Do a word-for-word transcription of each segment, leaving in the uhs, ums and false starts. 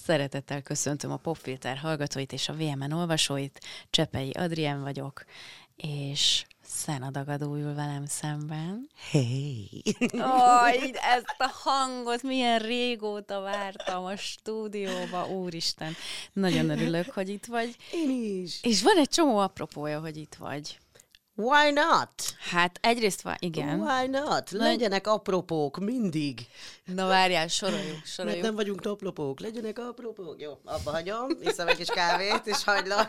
Szeretettel köszöntöm a Popfilter hallgatóit és a vé em en olvasóit. Csepei Adrien vagyok, és Szena Dagadó ül velem szemben. Hey! Oh, ezt a hangot milyen régóta vártam a stúdióba, úristen. Nagyon örülök, hogy itt vagy. Én is. És van egy csomó apropója, hogy itt vagy. Why not? Hát egyrészt van, igen. Why not? Legyenek apropók mindig. Na várjál, soroljuk, Mert soroljuk. nem vagyunk apropók. Legyenek apropók. Jó, abba hagyom, iszom egy kis kávét, és hagylak.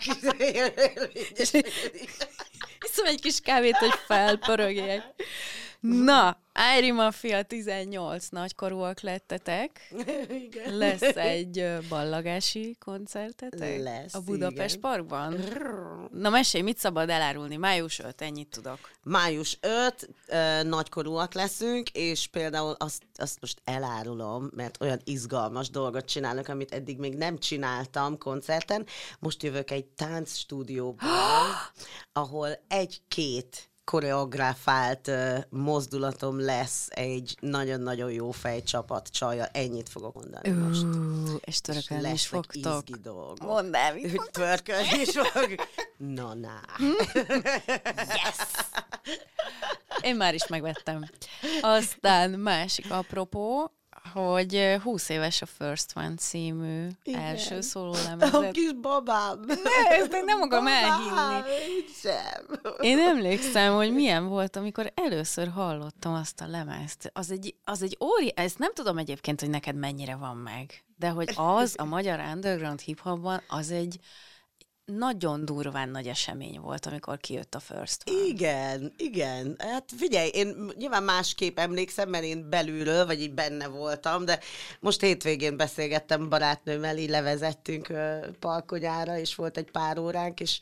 Iszom egy kis kávét, hogy felpörögjek. Na, Ári Mafia tizennyolc nagykorúak lettetek. Igen. Lesz egy ö, ballagási koncertetek? Lesz, a Budapest igen. Parkban? Na mesélj, mit szabad elárulni? május ötödike, ennyit tudok. Május ötödike, ö, nagykorúak leszünk, és például azt, azt most elárulom, mert olyan izgalmas dolgot csinálok, amit eddig még nem csináltam koncerten. Most jövök egy táncstúdióba, ahol egy-két koreografált uh, mozdulatom lesz egy nagyon-nagyon jó fejcsapat csajjal. Ennyit fogok mondani most. Ú, és törökölni is lesznek fogtok. izgi dolgok. Mondd el, mit Hogy fogtok? Törkölni is fog. Na, na. Yes! Én már is megvettem. Aztán másik apropó, hogy húsz éves a First One című Igen. első A szólólemezet. kis babám. Ne, ezt én nem akarom elhinni. Én sem. Én emlékszem, hogy milyen volt, amikor először hallottam azt a lemezt. Az egy, az egy óri... Ezt nem tudom egyébként, hogy neked mennyire van meg, de hogy az a magyar underground hip-hopban az egy nagyon durván nagy esemény volt, amikor kijött a First One. Igen, igen. Hát figyelj, én nyilván másképp emlékszem, mert én belülről, vagy így benne voltam, de most hétvégén beszélgettem barátnőmmel, így levezettünk uh, Palkonyára, és volt egy pár óránk, és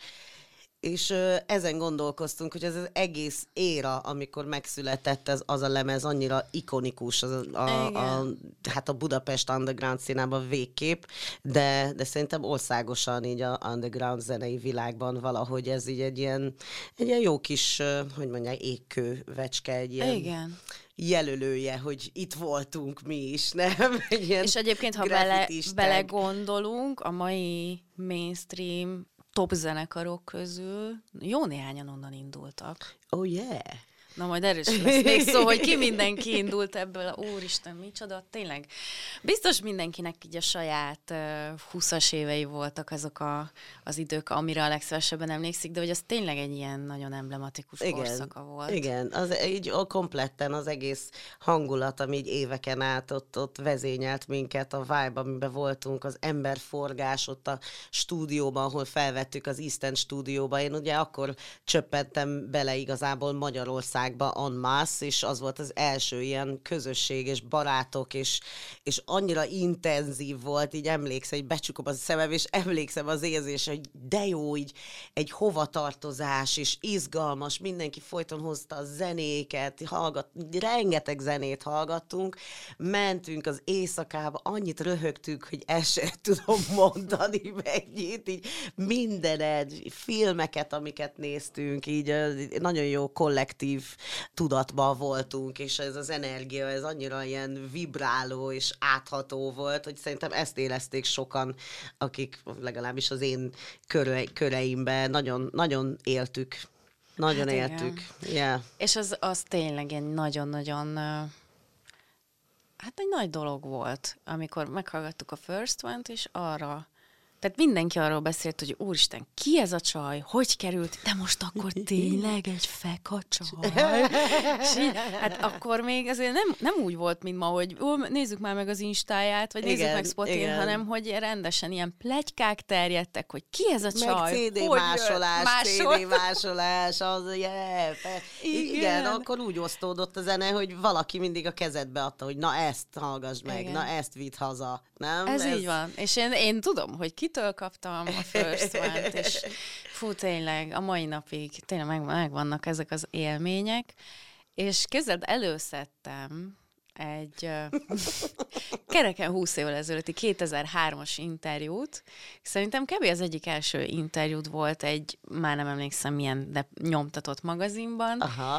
és uh, ezen gondolkoztunk, hogy ez az egész éra, amikor megszületett ez, az a lemez, annyira ikonikus, az a, a, a, hát a Budapest underground színában végképp, de, de szerintem országosan így a underground zenei világban valahogy ez így egy ilyen, egy ilyen jó kis, uh, hogy mondják, égkővecske, egy ilyen Igen. jelölője, hogy itt voltunk mi is, nem? Egy ilyen És egyébként, ha bele, graffiti tag. belegondolunk, a mai mainstream top zenekarok közül jó néhányan onnan indultak. Oh yeah! Na majd erről is lesz még szó, hogy ki mindenki indult ebből, a úristen, micsoda, tényleg. Biztos mindenkinek így a saját uh, húszas évei voltak azok a, az idők, amire a legszívesebben emlékszik, de hogy az tényleg egy ilyen nagyon emblematikus Igen, korszaka volt. Igen, az így a kompletten az egész hangulat, ami így éveken át ott, ott vezényelt minket, a vibe, amiben voltunk, az emberforgás ott a stúdióban, ahol felvettük az East End stúdióba. Én ugye akkor csöppentem bele igazából Magyarország en masse, és az volt az első ilyen közösség, és barátok, és, és annyira intenzív volt, így emlékszem, hogy becsukom a szemem, és emlékszem az érzés, hogy de jó, így egy hovatartozás, és izgalmas, mindenki folyton hozta a zenéket, hallgat, rengeteg zenét hallgattunk, mentünk az éjszakába, annyit röhögtünk, hogy ezt sem tudom mondani mennyit, így mindened, filmeket, amiket néztünk, így nagyon jó kollektív tudatban voltunk, és ez az energia, ez annyira ilyen vibráló és átható volt, hogy szerintem ezt érezték sokan, akik legalábbis az én köre, köreimben nagyon, nagyon éltük. Nagyon Hát éltük. Yeah. És az, az tényleg egy nagyon-nagyon, uh, hát egy nagy dolog volt, amikor meghallgattuk a First One-t, és arra, tehát mindenki arról beszélt, hogy úristen, ki ez a csaj, hogy került, de most akkor tényleg egy feka csaj. És így, hát akkor még azért nem, nem úgy volt, mint ma, hogy ó, nézzük már meg az Instáját, vagy nézzük Igen, meg Spotin, igen. hanem hogy rendesen ilyen pletykák terjedtek, hogy ki ez a csaj, Meg cé dé hogy másolás, másolt. cé dé másolás, az, yeah. Igen. Igen, akkor úgy osztódott a zene, hogy valaki mindig a kezedbe adta, hogy na ezt hallgass meg, Igen. na ezt vidd haza. Nem? Ez, Ez így van. És én, én tudom, hogy kitől kaptam a First One-t, és fú, tényleg, a mai napig tényleg meg, megvannak ezek az élmények, és képzeld, előszedtem egy uh, kereken húsz évvel ezelőtti kétezer-hármas interjút. Szerintem kb. Az egyik első interjút volt egy, már nem emlékszem milyen, de nyomtatott magazinban. Aha.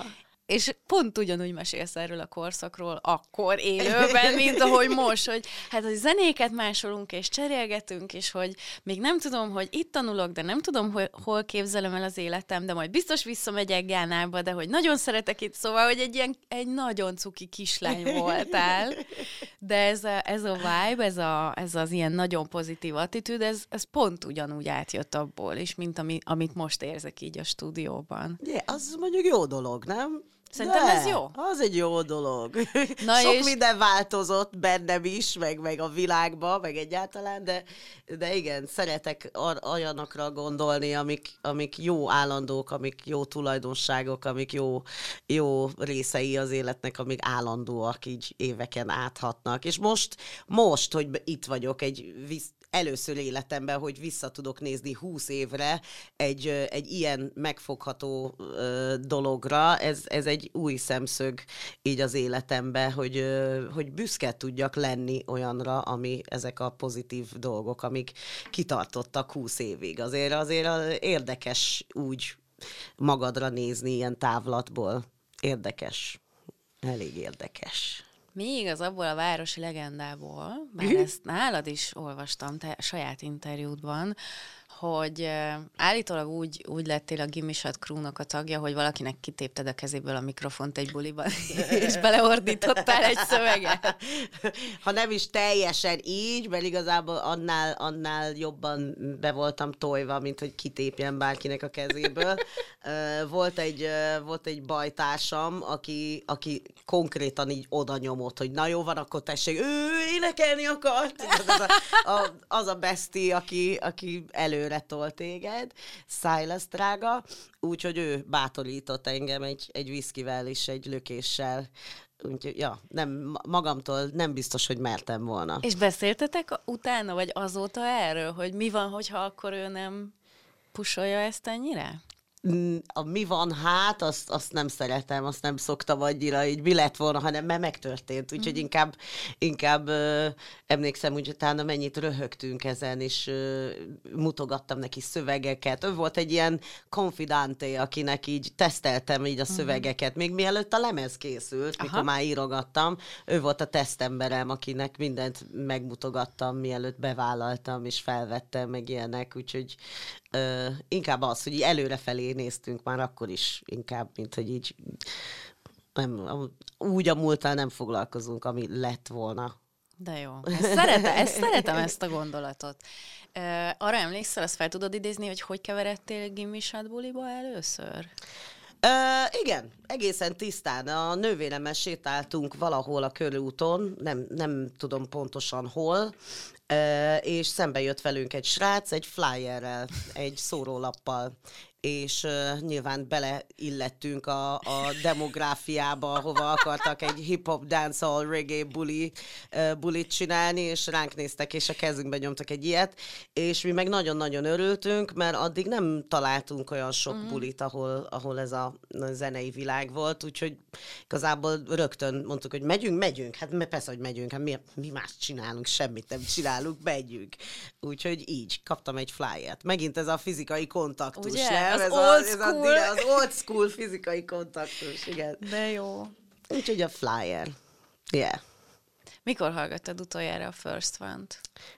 és pont ugyanúgy mesélsz erről a korszakról akkor élőben, mint ahogy most, hogy hát, hogy zenéket másolunk, és cserélgetünk, és hogy még nem tudom, hogy itt tanulok, de nem tudom, hogy hol képzelem el az életem, de majd biztos visszamegyek Gánába, de hogy nagyon szeretek itt, szóval, hogy egy ilyen, egy nagyon cuki kislány voltál, de ez a, ez a vibe, ez, a, ez az ilyen nagyon pozitív attitűd, ez, ez pont ugyanúgy átjött abból is, mint ami, amit most érzek így a stúdióban. Yeah, az mondjuk jó dolog, nem? Szerintem de, ez jó. Az egy jó dolog. Na Sok és... minden változott bennem is, meg, meg a világban, meg egyáltalán, de, de igen, szeretek ar- olyanokra gondolni, amik, amik jó állandók, amik jó tulajdonságok, amik jó, jó részei az életnek, amik állandóak, így éveken áthatnak. És most, most, hogy itt vagyok, egy visz- először életemben, hogy vissza tudok nézni húsz évre egy, egy ilyen megfogható ö, dologra, ez, ez egy új szemszög így az életemben, hogy, ö, hogy büszke tudjak lenni olyanra, ami ezek a pozitív dolgok, amik kitartottak húsz évig. Azért, azért érdekes úgy magadra nézni ilyen távlatból. Érdekes. Elég érdekes. Még az abból a városi legendából, bár ezt nálad is olvastam te saját interjúdban, hogy uh, állítólag úgy, úgy lettél a Gimisat Crew-nak a tagja, hogy valakinek kitépted a kezéből a mikrofont egy buliban, és beleordítottál egy szöveget. Ha nem is teljesen így, mert igazából annál, annál jobban be voltam tojva, mint hogy kitépjen bárkinek a kezéből. Uh, volt, egy, uh, volt egy bajtársam, aki, aki konkrétan így oda nyomott, hogy na jó van, akkor tessék, ő énekelni akart. Az a, a, az a bestie, aki, aki előre tol téged, Silas drága, úgyhogy ő bátorított engem egy, egy viszkivel és egy lökéssel. Úgyhogy, ja, nem, magamtól nem biztos, hogy mertem volna. És beszéltetek utána, vagy azóta erről, hogy mi van, hogyha akkor ő nem pusolja ezt ennyire? A mi van hát, azt, azt nem szeretem, azt nem szoktam annyira, így mi lett volna, hanem mert megtörtént. Úgyhogy mm. inkább, inkább ö, emlékszem, hogy utána mennyit röhögtünk ezen, és ö, mutogattam neki szövegeket. Ő volt egy ilyen konfidánté, akinek így teszteltem így a szövegeket, még mielőtt a lemez készült, Aha. mikor már írogattam. Ő volt a tesztemberem, akinek mindent megmutogattam, mielőtt bevállaltam, és felvettem, meg ilyenek. Úgyhogy ö, inkább az, hogy így előrefelé néztünk már akkor is inkább, mint hogy így nem, úgy a múlttal nem foglalkozunk, ami lett volna. De jó. Ezt szeretem, ezt szeretem ezt a gondolatot. Uh, arra emlékszel, azt fel tudod idézni, hogy hogy keveredtél Gimisat buliba először? Uh, igen, egészen tisztán. A nővéremmel sétáltunk valahol a körúton, nem, nem tudom pontosan hol, uh, és szembe jött velünk egy srác, egy flyerrel, egy szórólappal, és uh, nyilván beleillettünk a, a demográfiába, hova akartak egy hip-hop, dancehall, reggae buli, uh, bulit csinálni, és ránk néztek, és a kezünkbe nyomtak egy ilyet, és mi meg nagyon-nagyon örültünk, mert addig nem találtunk olyan sok mm. bulit, ahol, ahol ez a, a zenei világ volt, úgyhogy igazából rögtön mondtuk, hogy megyünk, megyünk, hát persze, hogy megyünk, hát mi, mi más csinálunk, semmit nem csinálunk, megyünk. Úgyhogy így, kaptam egy flyert. Megint ez a fizikai kontaktus, ugye? Nem? Az ez old a, ez school. A, az old school fizikai kontaktus, igen. De jó. Úgyhogy a flyer. Yeah. Mikor hallgattad utoljára a First One-t?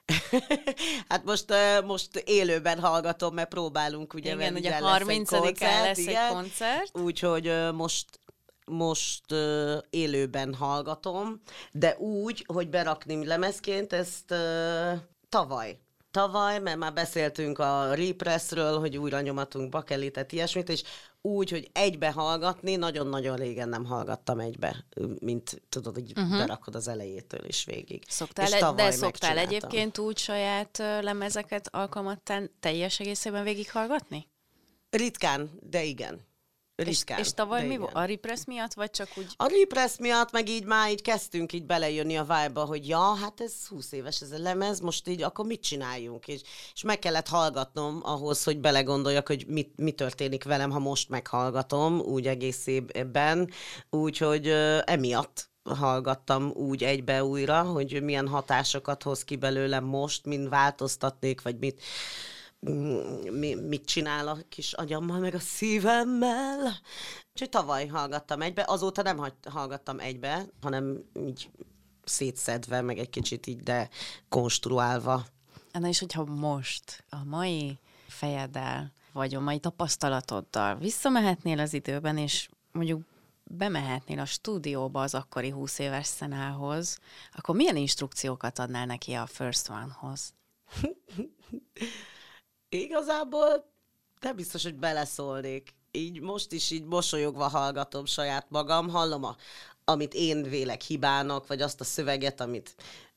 Hát most, uh, most élőben hallgatom, mert próbálunk, ugye, igen, mert ugye harmincadikán lesz igen. egy koncert. Úgyhogy uh, most most uh, élőben hallgatom, de úgy, hogy berakni lemezként, ezt uh, tavaly. Tavaly, mert már beszéltünk a Repressről, hogy újra nyomatunk bakelitet, ilyesmit, és úgy, hogy egybe hallgatni, nagyon-nagyon régen nem hallgattam egybe, mint tudod, hogy uh-huh. berakod az elejétől is végig. Szoktál e- de szoktál egyébként úgy saját uh, lemezeket alkalmattán teljes egészében végighallgatni? Ritkán, de igen. Ritkán, és, és tavaly mi volt? A Repress miatt, vagy csak úgy? A Repress miatt, meg így már így kezdtünk így belejönni a vibe-ba, hogy ja, hát ez húsz éves ez a lemez, most így akkor mit csináljunk? És, és meg kellett hallgatnom ahhoz, hogy belegondoljak, hogy mit, mi történik velem, ha most meghallgatom, úgy egész évben. Úgyhogy uh, emiatt hallgattam úgy egybe újra, hogy milyen hatásokat hoz ki belőlem most, mint változtatnék, vagy mit... mi, mit csinál a kis agyammal, meg a szívemmel. Úgyhogy tavaly hallgattam egybe, azóta nem hagy, hallgattam egybe, hanem így szétszedve, meg egy kicsit így, de konstruálva. Na és hogyha most a mai fejeddel, vagy a mai tapasztalatoddal visszamehetnél az időben, és mondjuk bemehetnél a stúdióba az akkori húsz éves Szenához, akkor milyen instrukciókat adnál neki a First One-hoz? Igazából nem biztos, hogy beleszólnék. Így most is így mosolyogva hallgatom saját magam, hallom, a, amit én vélek hibának, vagy azt a szöveget, amit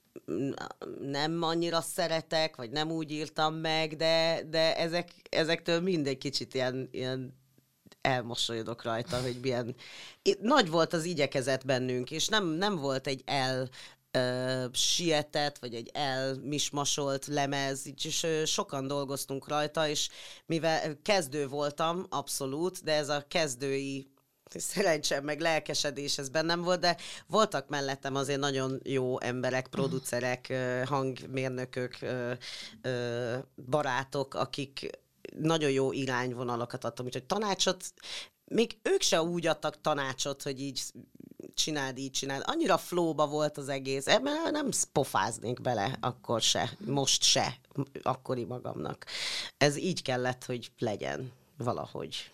nem annyira szeretek, vagy nem úgy írtam meg, de, de ezek, ezektől mindegy kicsit ilyen, ilyen elmosolyodok rajta, hogy milyen... Nagy volt az igyekezet bennünk, és nem, nem volt egy el... Uh, sietett, vagy egy elmismasolt lemez, és uh, sokan dolgoztunk rajta, és mivel kezdő voltam, abszolút, de ez a kezdői szerencsém, meg lelkesedés ez bennem volt, de voltak mellettem azért nagyon jó emberek, producerek, uh, hangmérnökök, uh, uh, barátok, akik nagyon jó irányvonalakat adtam, úgyhogy tanácsot, még ők se úgy adtak tanácsot, hogy így csináld, így csináld. Annyira flowba volt az egész. Ebben nem pofáznék bele akkor se, most se, akkori magamnak. Ez így kellett, hogy legyen valahogy.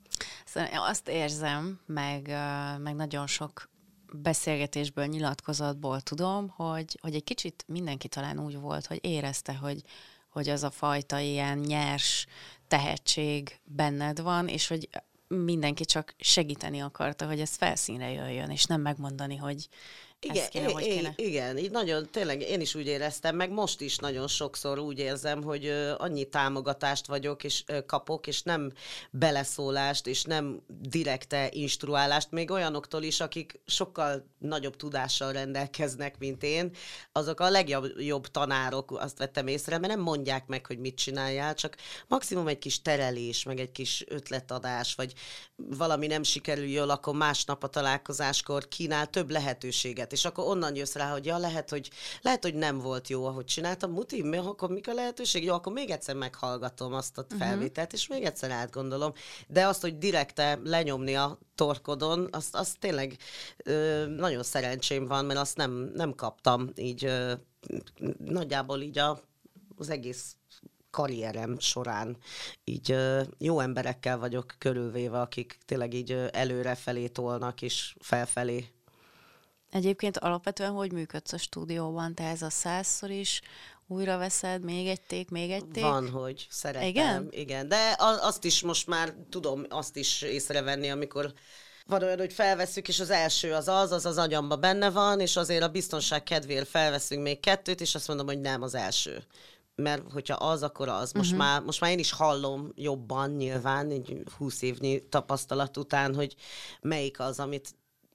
Szóval azt érzem, meg, meg nagyon sok beszélgetésből, nyilatkozatból tudom, hogy, hogy egy kicsit mindenki talán úgy volt, hogy érezte, hogy, hogy az a fajta ilyen nyers tehetség benned van, és hogy mindenki csak segíteni akarta, hogy ez felszínre jöjjön, és nem megmondani, hogy igen, ez kéne, hogy kéne. Igen, így nagyon, tényleg én is úgy éreztem, meg most is nagyon sokszor úgy érzem, hogy uh, annyi támogatást vagyok, és uh, kapok, és nem beleszólást, és nem direkte instruálást, még olyanoktól is, akik sokkal nagyobb tudással rendelkeznek, mint én, azok a legjobb jobb tanárok, azt vettem észre, mert nem mondják meg, hogy mit csináljál, csak maximum egy kis terelés, meg egy kis ötletadás, vagy valami nem sikerül jól, akkor másnap a találkozáskor kínál több lehetőséget, és akkor onnan jössz rá, hogy ja, lehet, hogy, lehet, hogy nem volt jó, ahogy csináltam. Muti, mi, akkor mik a lehetőség? Jó, akkor még egyszer meghallgatom azt a felvételt, uh-huh. és még egyszer átgondolom. De azt, hogy direkte lenyomni a torkodon, azt, azt tényleg ö, nagyon szerencsém van, mert azt nem, nem kaptam így ö, nagyjából így a, az egész karrierem során. Így ö, jó emberekkel vagyok körülvéve, akik tényleg így ö, előrefelé tolnak, és felfelé. Egyébként alapvetően hogy működsz a stúdióban? Te ez a százszor is újra veszed, még egy ték, még egy ték? Van, hogy szeretem. Igen? Igen, de azt is most már tudom azt is észrevenni, amikor van olyan, hogy felvesszük, és az első az az, az az agyamba benne van, és azért a biztonság kedvéért felveszünk még kettőt, és azt mondom, hogy nem az első. Mert hogyha az, akkor az. Most, uh-huh. már, most már én is hallom jobban nyilván, egy húsz évnyi tapasztalat után, hogy melyik az, amit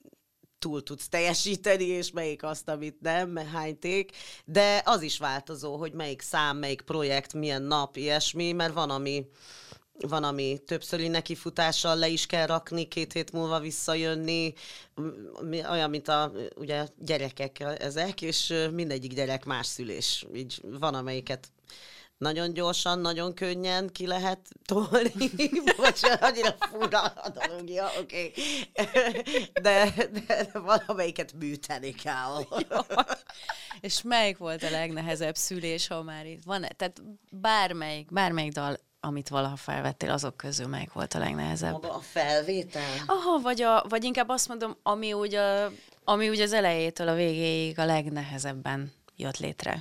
túl tudsz teljesíteni, és melyik azt, amit nem, hány ték, de az is változó, hogy melyik szám, melyik projekt, milyen nap, ilyesmi, mert van, ami, van, ami többszöri nekifutással le is kell rakni, két hét múlva visszajönni, olyan, mint a ugye, gyerekek ezek, és mindegyik gyerek más szülés. Így van, amelyiket nagyon gyorsan, nagyon könnyen ki lehet tolni. Bocsánat, annyira fura a dolog, ja, oké. Okay. De, de valamelyiket műteni kell. És melyik volt a legnehezebb szülés, ha már itt van? Tehát bármelyik, bármelyik dal, amit valaha felvettél, azok közül melyik volt a legnehezebb? Maga a felvétel? Aha, vagy, a, vagy inkább azt mondom, ami úgy, a, ami úgy az elejétől a végéig a legnehezebben jött létre.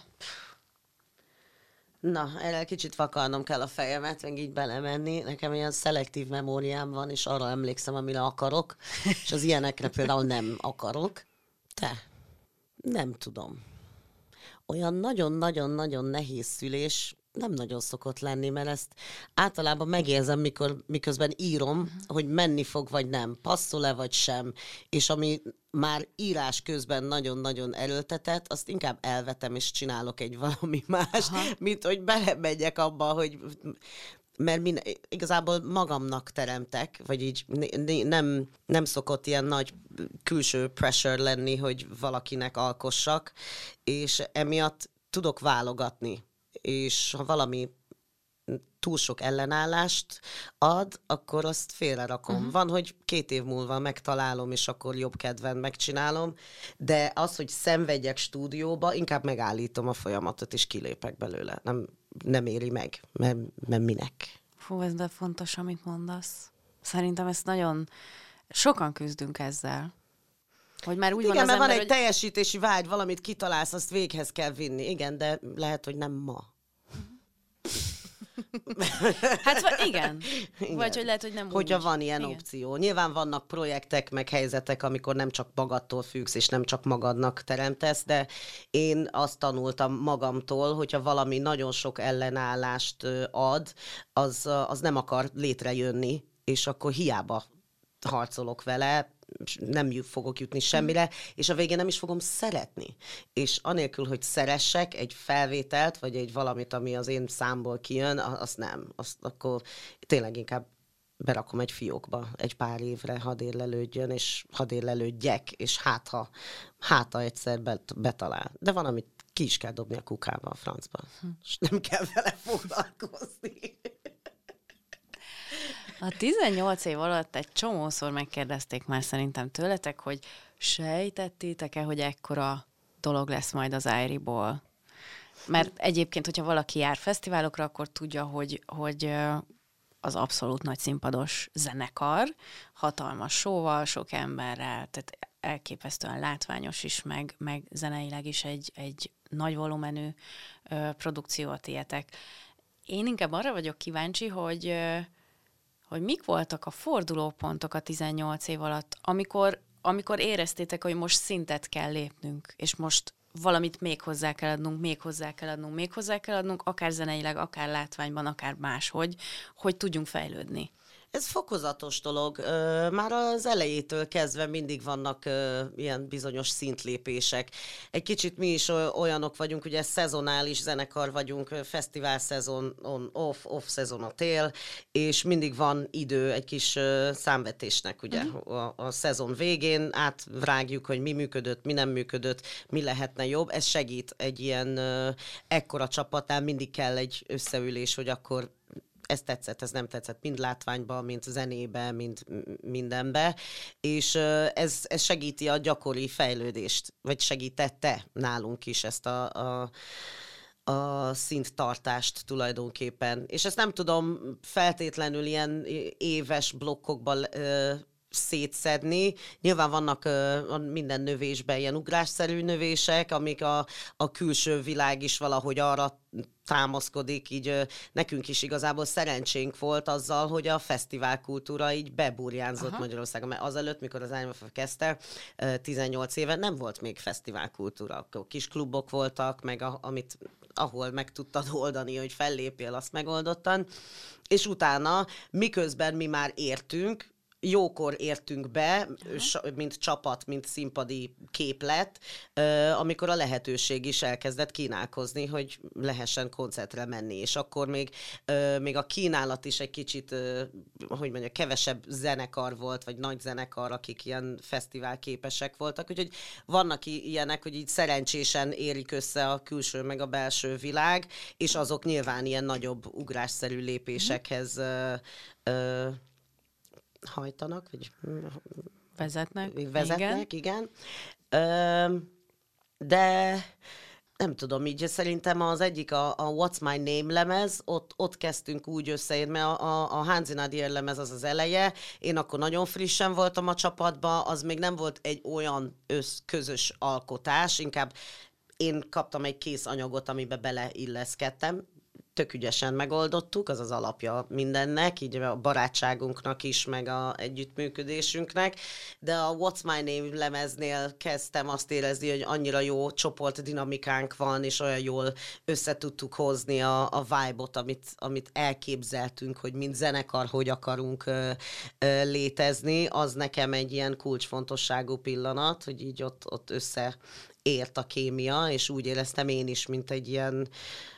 Na, erre kicsit vakarnom kell a fejemet, meg így belemenni. Nekem ilyen szelektív memóriám van, és arra emlékszem, amire akarok, és az ilyenekre például nem akarok. Te, nem tudom. Olyan nagyon-nagyon-nagyon nehéz szülés nem nagyon szokott lenni, mert ezt általában megérzem, mikor, miközben írom, uh-huh. hogy menni fog, vagy nem, passzol-e, vagy sem, és ami már írás közben nagyon-nagyon erőltetett, azt inkább elvetem, és csinálok egy valami más, Aha. mint hogy belemegyek abba, hogy... Mert min, igazából magamnak teremtek, vagy így nem, nem szokott ilyen nagy külső pressure lenni, hogy valakinek alkossak, és emiatt tudok válogatni. És ha valami túl sok ellenállást ad, akkor azt félrerakom. Uh-huh. Van, hogy két év múlva megtalálom, és akkor jobb kedven megcsinálom, de az, hogy szenvedjek stúdióba, inkább megállítom a folyamatot, és kilépek belőle. Nem, nem éri meg, mert, mert minek? Fú, ez de fontos, amit mondasz. Szerintem ezt nagyon sokan küzdünk ezzel. Hogy már úgy igen, van az mert ember, van egy hogy... teljesítési vágy, valamit kitalálsz, azt véghez kell vinni. Igen, de lehet, hogy nem ma. Hát igen. igen. Vagy hogy lehet, hogy nem Hogyha úgy. van ilyen igen. opció. Nyilván vannak projektek, meg helyzetek, amikor nem csak magadtól függsz, és nem csak magadnak teremtesz, de én azt tanultam magamtól, hogyha valami nagyon sok ellenállást ad, az, az nem akar létrejönni, és akkor hiába harcolok vele, nem fogok jutni semmire, és a végén nem is fogom szeretni. És anélkül, hogy szeressek egy felvételt, vagy egy valamit, ami az én számból kijön, azt nem. Azt akkor tényleg inkább berakom egy fiókba egy pár évre, hadd érlelődjön, és hadd érlelődjek, és hát ha, hát ha egyszer bet, betalál. De van, amit ki is kell dobni a kukába, a francba. Hm. És nem kell vele foglalkozni. A tizennyolc év alatt egy csomószor megkérdezték már szerintem tőletek, hogy sejtettétek-e, hogy ekkora dolog lesz majd az Airyból? Mert egyébként, hogyha valaki jár fesztiválokra, akkor tudja, hogy, hogy az abszolút nagy színpados zenekar, hatalmas show-val, sok emberrel, tehát elképesztően látványos is, meg, meg zeneileg is egy, egy nagy volumenű ö, produkció a tietek. Én inkább arra vagyok kíváncsi, hogy... Ö, hogy mik voltak a fordulópontok a tizennyolc év alatt, amikor, amikor éreztétek, hogy most szintet kell lépnünk, és most valamit még hozzá kell adnunk, még hozzá kell adnunk, még hozzá kell adnunk, akár zeneileg, akár látványban, akár máshogy, hogy tudjunk fejlődni. Ez fokozatos dolog. Már az elejétől kezdve mindig vannak ilyen bizonyos szintlépések. Egy kicsit mi is olyanok vagyunk, ugye szezonális zenekar vagyunk, fesztivál szezon on off, off szezon a tél, és mindig van idő egy kis számvetésnek, ugye uh-huh. a, a szezon végén átrágjuk, hogy mi működött, mi nem működött, mi lehetne jobb. Ez segít egy ilyen ekkora csapatnál, mindig kell egy összeülés, hogy akkor ez tetszett, ez nem tetszett, mind látványban, mind zenébe, mind mindenbe, és ez, ez segíti a gyakori fejlődést, vagy segítette nálunk is ezt a, a, a szinttartást tulajdonképpen. És ezt nem tudom feltétlenül ilyen éves blokkokban szétszedni. Nyilván vannak uh, minden növésben ilyen ugrásszerű növések, amik a, a külső világ is valahogy arra támaszkodik, így uh, nekünk is igazából szerencsénk volt azzal, hogy a fesztiválkultúra így beburjánzott Aha. Magyarországon, mert azelőtt, mikor az i em ef kezdte, uh, tizennyolc éve nem volt még fesztiválkultúra. Akkor kis klubok voltak, meg a, amit, ahol meg tudtad oldani, hogy fellépjél, azt megoldottan, és utána, miközben mi már értünk, jókor értünk be, uh-huh. mint csapat, mint színpadi képlet, amikor a lehetőség is elkezdett kínálkozni, hogy lehessen koncertre menni, és akkor még, még a kínálat is egy kicsit, hogy mondja, kevesebb zenekar volt, vagy nagy zenekar, akik ilyen fesztivál képesek voltak, úgyhogy vannak ilyenek, hogy így szerencsésen érik össze a külső meg a belső világ, és azok nyilván ilyen nagyobb ugrásszerű lépésekhez uh-huh. hajtanak, vagy vezetnek. Vezetnek, igen. igen. De nem tudom, így szerintem az egyik a, a What's My Name lemez, ott, ott kezdtünk úgy összeérni, mert a, a, a Hansi Nadir lemez az az eleje, én akkor nagyon frissen voltam a csapatban, az még nem volt egy olyan össz, közös alkotás, inkább én kaptam egy kész anyagot, amiben beleilleszkedtem, tök ügyesen megoldottuk, az az alapja mindennek, így a barátságunknak is, meg a együttműködésünknek, de a What's My Name lemeznél kezdtem azt érezni, hogy annyira jó csoportdinamikánk van, és olyan jól össze tudtuk hozni a, a vibe-ot, amit, amit elképzeltünk, hogy mint zenekar, hogy akarunk ö, ö, létezni, az nekem egy ilyen kulcsfontosságú pillanat, hogy így ott, ott összeért a kémia, és úgy éreztem én is, mint egy ilyen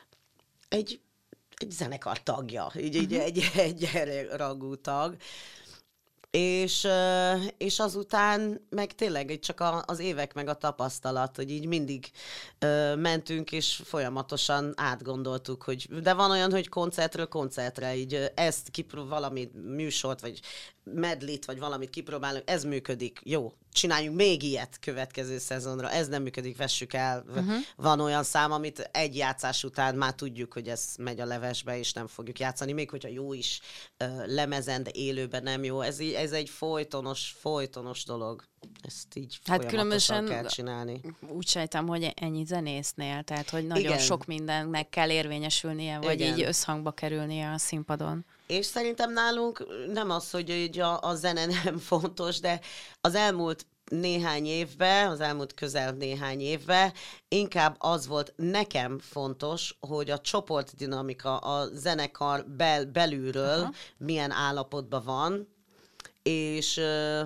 egy egy zenekar tagja, így, így uh-huh. egy, egy ragú tag. És, és azután meg tényleg csak a, az évek meg a tapasztalat, hogy így mindig ö, mentünk, és folyamatosan átgondoltuk, hogy de van olyan, hogy koncertről koncertre, így ezt kipró valami műsort, vagy medlit, vagy valamit kipróbálunk, ez működik, jó, csináljunk még ilyet következő szezonra, ez nem működik, vessük el. Uh-huh. Van olyan szám, amit egy játszás után már tudjuk, hogy ez megy a levesbe, és nem fogjuk játszani, még hogyha jó is uh, lemezen, de élőben nem jó. Ez, így, ez egy folytonos, folytonos dolog. Ezt így hát folyamatosan kell csinálni. Úgy sejtem, hogy ennyi zenésznél, tehát hogy nagyon igen. sok mindennek kell érvényesülnie, vagy igen. így összhangba kerülnie a színpadon. És szerintem nálunk nem az, hogy így a, a zene nem fontos, de az elmúlt néhány évben, az elmúlt közel néhány évben inkább az volt nekem fontos, hogy a csoportdinamika, a zenekar bel, belülről aha. milyen állapotban van, és...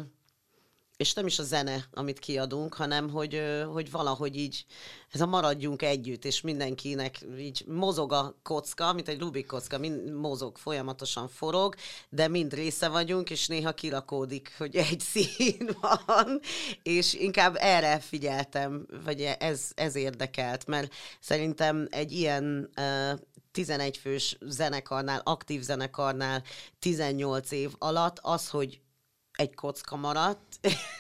és nem is a zene, amit kiadunk, hanem hogy, hogy valahogy így ez a maradjunk együtt, és mindenkinek így mozog a kocka, mint egy Rubik kocka, mind mozog, folyamatosan forog, de mind része vagyunk, és néha kirakódik, hogy egy szín van, és inkább erre figyeltem, vagy ez, ez érdekelt, mert szerintem egy ilyen uh, tizenegy fős zenekarnál, aktív zenekarnál tizennyolc év alatt az, hogy egy kocka maradt.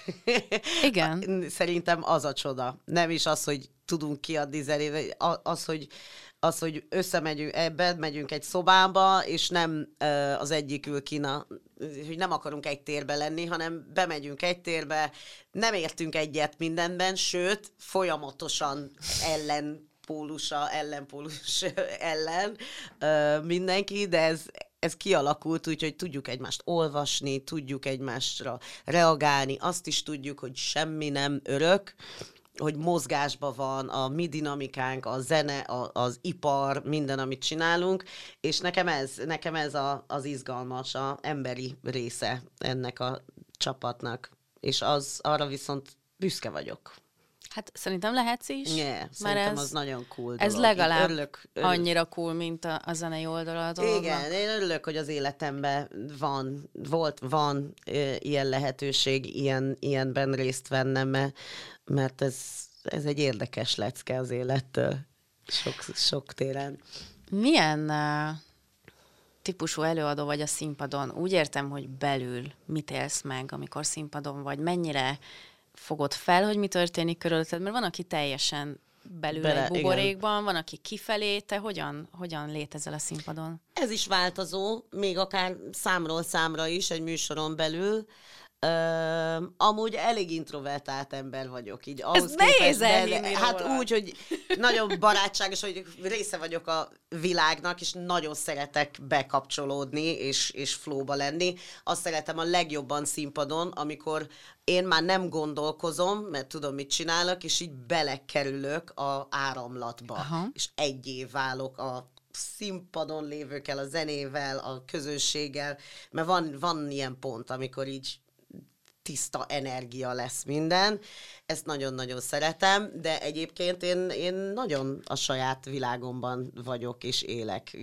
Igen. Szerintem az a csoda. Nem is az, hogy tudunk kiadni zenét, az, hogy, az, hogy összemegyünk ebben, megyünk egy szobába, és nem az egyik ül kína, hogy nem akarunk egy térbe lenni, hanem bemegyünk egy térbe, nem értünk egyet mindenben, sőt, folyamatosan ellen pólusa, ellenpólus ellen mindenki, de ez ez kialakult úgy, hogy tudjuk egymást olvasni, tudjuk egymásra reagálni, azt is tudjuk, hogy semmi nem örök, hogy mozgásban van a mi dinamikánk, a zene, a, az ipar, minden, amit csinálunk, és nekem ez, nekem ez a, az izgalmas, a emberi része ennek a csapatnak, és az arra viszont büszke vagyok. Hát szerintem lehetsz is. Yeah, szerintem ez, az nagyon cool ez dolog. legalább örülök, örülök. annyira cool, mint a, a zenei oldala. Igen, én örülök, hogy az életemben van, volt, van e, ilyen lehetőség, ilyen, ilyenben részt vennem, mert, mert ez, ez egy érdekes lecke az élettől sok, sok téren. Milyen uh, típusú előadó vagy a színpadon? Úgy értem, hogy belül mit élsz meg, amikor színpadon vagy, mennyire fogod fel, hogy mi történik körülötted, mert van, aki teljesen belül Bele, egy buborékban, igen. van, aki kifelé, te hogyan, hogyan létezel a színpadon? Ez is változó, még akár számról számra is, egy műsoron belül. Uh, amúgy elég introvertált ember vagyok. Így ahhoz ez nehéz elhinni Hát róla. Úgy, hogy nagyon barátságos, hogy része vagyok a világnak, és nagyon szeretek bekapcsolódni, és, és flowba lenni. Azt szeretem a legjobban színpadon, amikor én már nem gondolkozom, mert tudom, mit csinálok, és így belekerülök a áramlatba. Aha. És egyé válok a színpadon lévőkkel, a zenével, a közönséggel, mert van, van ilyen pont, amikor így tiszta energia lesz minden. Ezt nagyon-nagyon szeretem, de egyébként én, én nagyon a saját világomban vagyok és élek.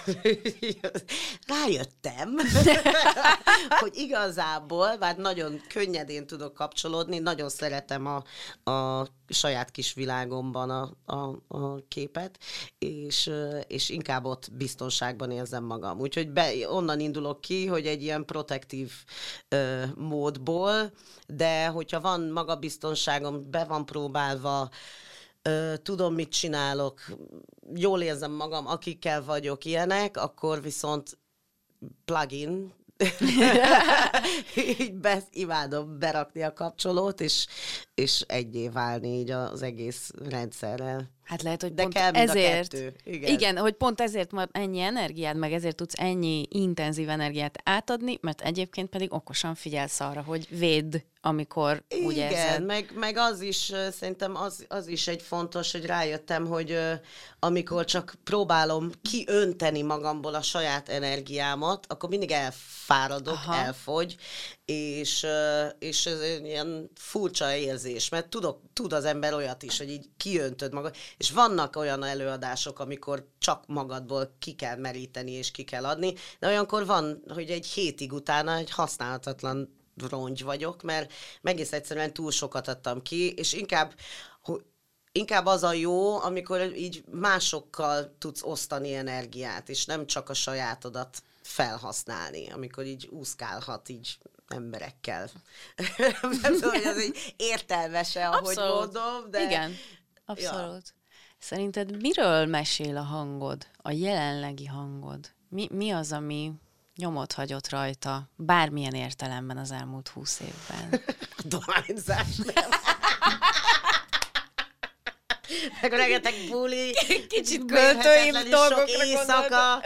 Rájöttem, hogy igazából, bár nagyon könnyedén tudok kapcsolódni, nagyon szeretem a, a saját kis világomban a, a, a képet, és, és inkább ott biztonságban érzem magam. Úgyhogy be, onnan indulok ki, hogy egy ilyen protektív ö, módból, de hogyha van magabiztonságom, be van próbálva, ö, tudom, mit csinálok, jól érzem magam, akikkel vagyok ilyenek, akkor viszont plugin, így be, imádom berakni a kapcsolót, és, és egyé válni így az egész rendszerrel. Hát lehet, hogy de pont kell ezért, igen. igen, hogy pont ezért van ennyi energiád, meg ezért tudsz ennyi intenzív energiát átadni, mert egyébként pedig okosan figyelsz arra, hogy védd, amikor igen, úgy érzed. Igen, meg, meg az is, szerintem az, az is egy fontos, hogy rájöttem, hogy uh, amikor csak próbálom kiönteni magamból a saját energiámat, akkor mindig elfáradok, aha. elfogy, és, és ez egy ilyen furcsa érzés, mert tudok, tud az ember olyat is, hogy így kiöntöd magad, és vannak olyan előadások, amikor csak magadból ki kell meríteni, és ki kell adni, de olyankor van, hogy egy hétig utána egy használhatatlan rongy vagyok, mert egész egyszerűen túl sokat adtam ki, és inkább Inkább az a jó, amikor így másokkal tudsz osztani energiát, és nem csak a sajátodat felhasználni, amikor így úszkálhat így emberekkel. Nem tudom, hogy ez egy értelmese, ahogy abszolút mondom, de... Igen, abszolút. Ja. Szerinted miről mesél a hangod, a jelenlegi hangod? Mi, mi az, ami nyomot hagyott rajta, bármilyen értelemben az elmúlt húsz évben? Dohányzás, nem? Meg a rengeteg buli, kicsit költői dolgokra éjszaka.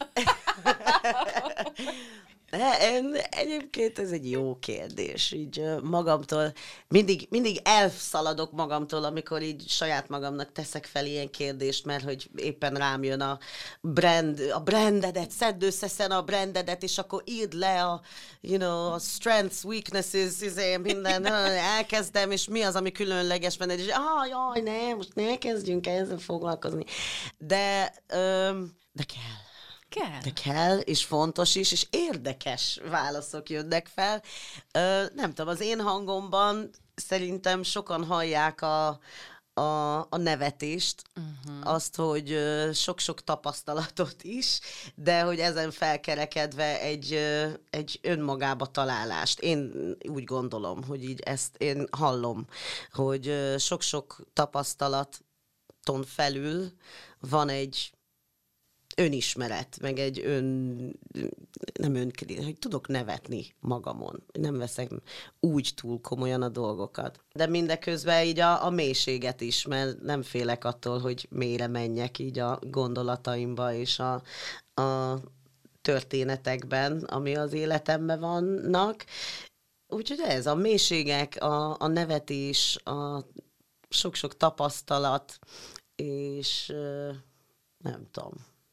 Egyébként ez egy jó kérdés, így magamtól, mindig, mindig elszaladok magamtól, amikor így saját magamnak teszek fel ilyen kérdést, mert hogy éppen rám jön a brand, a brandedet, szedd össze a brandedet, és akkor írd le a, you know, a strengths, weaknesses, izé, minden, elkezdem, és mi az, ami különleges benned, és ah, jaj, ne, most ne kezdjünk ezzel foglalkozni. De, öm, de kell. Kell. De kell, és fontos is, és érdekes válaszok jönnek fel. Ö, nem tudom, az én hangomban szerintem sokan hallják a, a, a nevetést, uh-huh. azt, hogy ö, sok-sok tapasztalatot is, de hogy ezen felkerekedve egy, ö, egy önmagába találást. Én úgy gondolom, hogy így ezt én hallom, hogy ö, sok-sok tapasztalaton felül van egy önismeret, meg egy ön, nem önkritika, hogy tudok nevetni magamon. Nem veszem úgy túl komolyan a dolgokat. De mindeközben így a, a mélységet is, mert nem félek attól, hogy mélyre menjek így a gondolataimba és a, a történetekben, ami az életemben vannak. Úgyhogy ez a mélységek, a, a nevetés, a sok-sok tapasztalat, és nem tudom.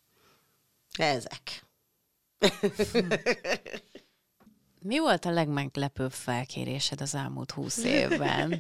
Ezek. Mi volt a legmeglepőbb felkérésed az elmúlt húsz évben?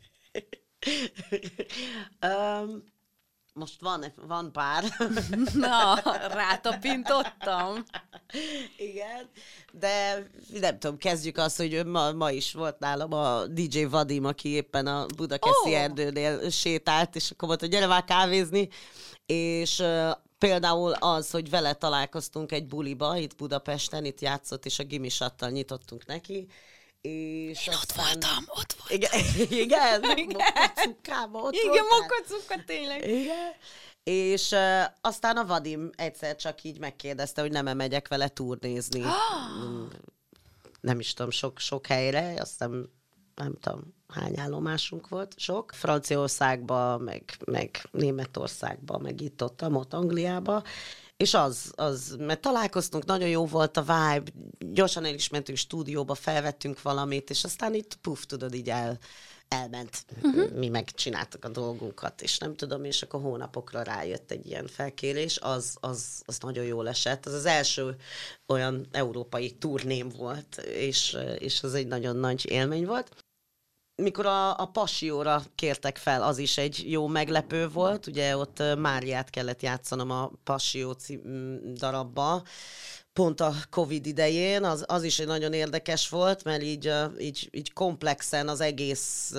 um, most van, van pár. Na, rátapintottam. Igen, de nem tudom, kezdjük azt, hogy ma, ma is volt nálam a dé dzsé Vadim, aki éppen a Budakeszi oh. erdőnél sétált, és akkor mondta, gyere már kávézni, és uh, például az, hogy vele találkoztunk egy buliba, itt Budapesten, itt játszott, és a gimisattal nyitottunk neki. És Én aztán... ott voltam, ott voltam. Igen, igen, Mokocukkába ott igen, Mokocukka, tényleg. Igen. És uh, aztán a Vadim egyszer csak így megkérdezte, hogy nem-e megyek vele turnézni. Oh. Nem is tudom, sok, sok helyre, aztán nem tudom, hány állomásunk volt, sok. Franciaországba, meg, meg Németországba, meg itt ott, ott Angliába. És az, az, mert találkoztunk, nagyon jó volt a vibe, gyorsan el is mentünk stúdióba, felvettünk valamit, és aztán itt puf, tudod, így el, elment. Uh-huh. Mi megcsináltuk a dolgunkat, és nem tudom, és akkor hónapokra rájött egy ilyen felkérés, az, az, az nagyon jól esett. Az az első olyan európai turném volt, és, és az egy nagyon nagy élmény volt. Mikor a, a Passióra kértek fel, az is egy jó meglepő volt. Ugye ott Máriát kellett játszanom a Passió darabba, pont a Covid idején. Az, az is egy nagyon érdekes volt, mert így, így, így komplexen az egész,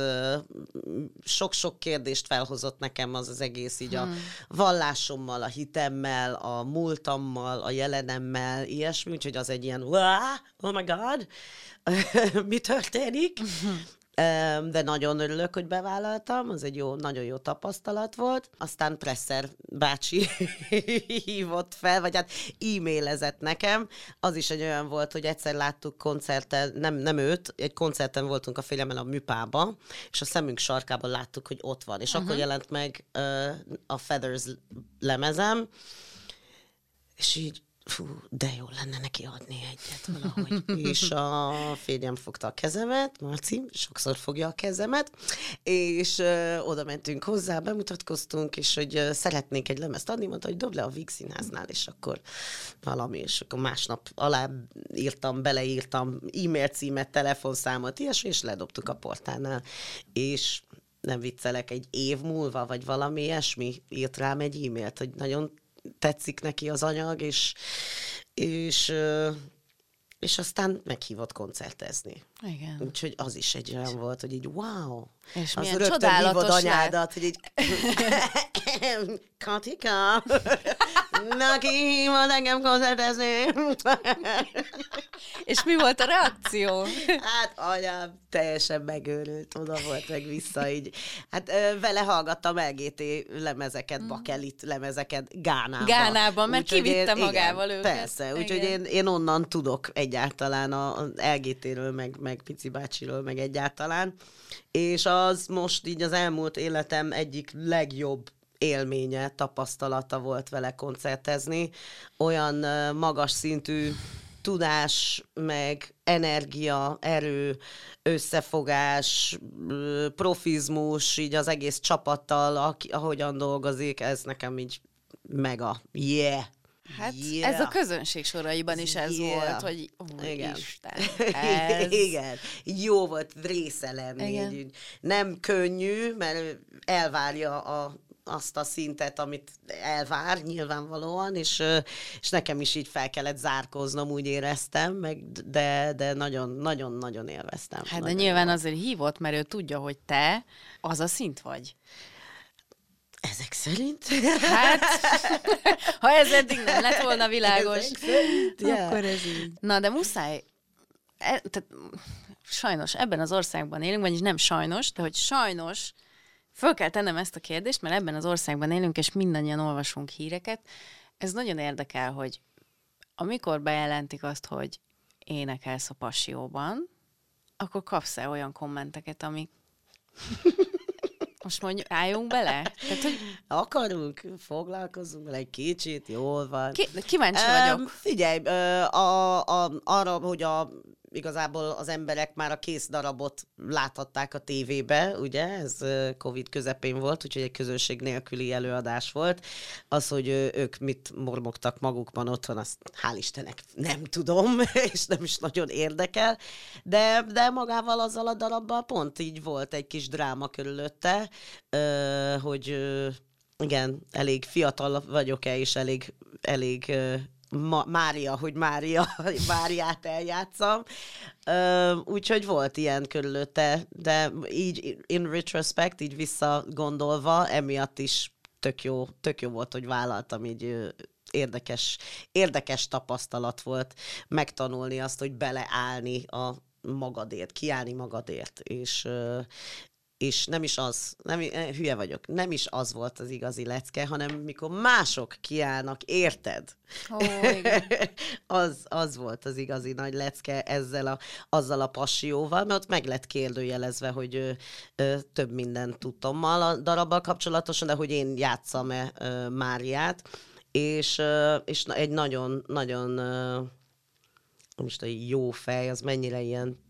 sok-sok kérdést felhozott nekem az az egész, így hmm. a vallásommal, a hitemmel, a múltammal, a jelenemmel, ilyesmi, úgyhogy az egy ilyen, oh my god, mi történik? De nagyon örülök, hogy bevállaltam, az egy jó, nagyon jó tapasztalat volt. Aztán Presser bácsi hívott fel, vagy hát e-mailezett nekem. Az is egy olyan volt, hogy egyszer láttuk koncerten, nem, nem őt, egy koncerten voltunk a férjemmel a Műpába, és a szemünk sarkában láttuk, hogy ott van. És uh-huh. akkor jelent meg uh, a Feathers lemezem, és így fú, de jó lenne neki adni egyet valahogy. És a férjem fogta a kezemet, Marci, sokszor fogja a kezemet, és ö, oda mentünk hozzá, bemutatkoztunk, és hogy ö, szeretnék egy lemezt adni, mondta, hogy dobd le a Víg Színháznál, és akkor valami, és akkor másnap alá írtam, beleírtam e-mail címet, telefonszámot, ilyesmi, és ledobtuk a portálnál. És nem viccelek, egy év múlva, vagy valami ilyesmi, írt rám egy e-mailt, hogy nagyon tetszik neki az anyag, és, és, és aztán meghívott koncertezni. Igen. Úgyhogy az is egy olyan volt, hogy így wow! És az milyen rögtön csodálatos hívod anyádat, hogy így Katika, neki hívod engem koncertezni. És mi volt a reakció? Hát anyám teljesen megőrült, oda volt meg vissza így. Hát ö, vele hallgattam el gé té lemezeket, mm. bakelit lemezeket Gánában. Gánában, mert Úgyhogy kivitte én, magával igen, őket. Persze, úgyhogy én, én onnan tudok egyáltalán az el gé té-ről, meg, meg Pici bácsiról, meg egyáltalán. És az most így az elmúlt életem egyik legjobb élménye, tapasztalata volt vele koncertezni. Olyan uh, magas szintű tudás, meg energia, erő, összefogás, profizmus, így az egész csapattal, aki, ahogyan dolgozik, ez nekem így mega. Yeah! Hát yeah. ez a közönség soraiban is ez yeah. volt, hogy úristen, ez... Igen, jó volt része lenni. Igen. Így, nem könnyű, mert elvárja a azt a szintet, amit elvár nyilvánvalóan, és, és nekem is így fel kellett zárkóznom, úgy éreztem, meg, de, de nagyon, nagyon, nagyon élveztem. Hát nagyon de nyilván jó. azért hívott, mert ő tudja, hogy te az a szint vagy. Ezek szerint? Hát, ha ez eddig nem lett volna világos, Ezek szerint, yeah. akkor ez így. Na, de muszáj, e, tehát sajnos ebben az országban élünk, vagyis nem sajnos, de hogy sajnos föl kell tennem ezt a kérdést, mert ebben az országban élünk, és mindannyian olvasunk híreket. Ez nagyon érdekel, hogy amikor bejelentik azt, hogy énekelsz a Passióban, akkor kapsz-e olyan kommenteket, amik... Most mondjuk, álljunk bele? Tehát, hogy... Akarunk, foglalkozunk vele egy kicsit, jól van. Ki, kíváncsi um, vagyok. Figyelj, a, a, arra, hogy a, igazából az emberek már a kész darabot láthatták a tévébe, ugye, ez Covid közepén volt, úgyhogy egy közönség nélküli előadás volt. Az, hogy ők mit mormogtak magukban otthon, azt hál' Istennek nem tudom, és nem is nagyon érdekel, de, de magával azzal a darabbal pont így volt egy kis dráma körülötte, hogy igen, elég fiatal vagyok-e, és elég, elég Ma, Mária, hogy Mária, Máriát eljátszam. Uh, úgyhogy volt ilyen körülötte, de így in retrospect, így visszagondolva, emiatt is tök jó, tök jó volt, hogy vállaltam, így uh, érdekes, érdekes tapasztalat volt megtanulni azt, hogy beleállni a magadért, kiállni magadért, és uh, és nem is az, nem, hülye vagyok, nem is az volt az igazi lecke, hanem mikor mások kiállnak, érted? Oh, igen. az, az volt az igazi nagy lecke ezzel a, azzal a Passióval, mert ott meg lett kérdőjelezve, hogy ö, ö, több mindent tudtam a darabbal kapcsolatosan, de hogy én játsszam-e ö, Máriát, és, ö, és egy nagyon-nagyon most egy jó fej, az mennyire ilyen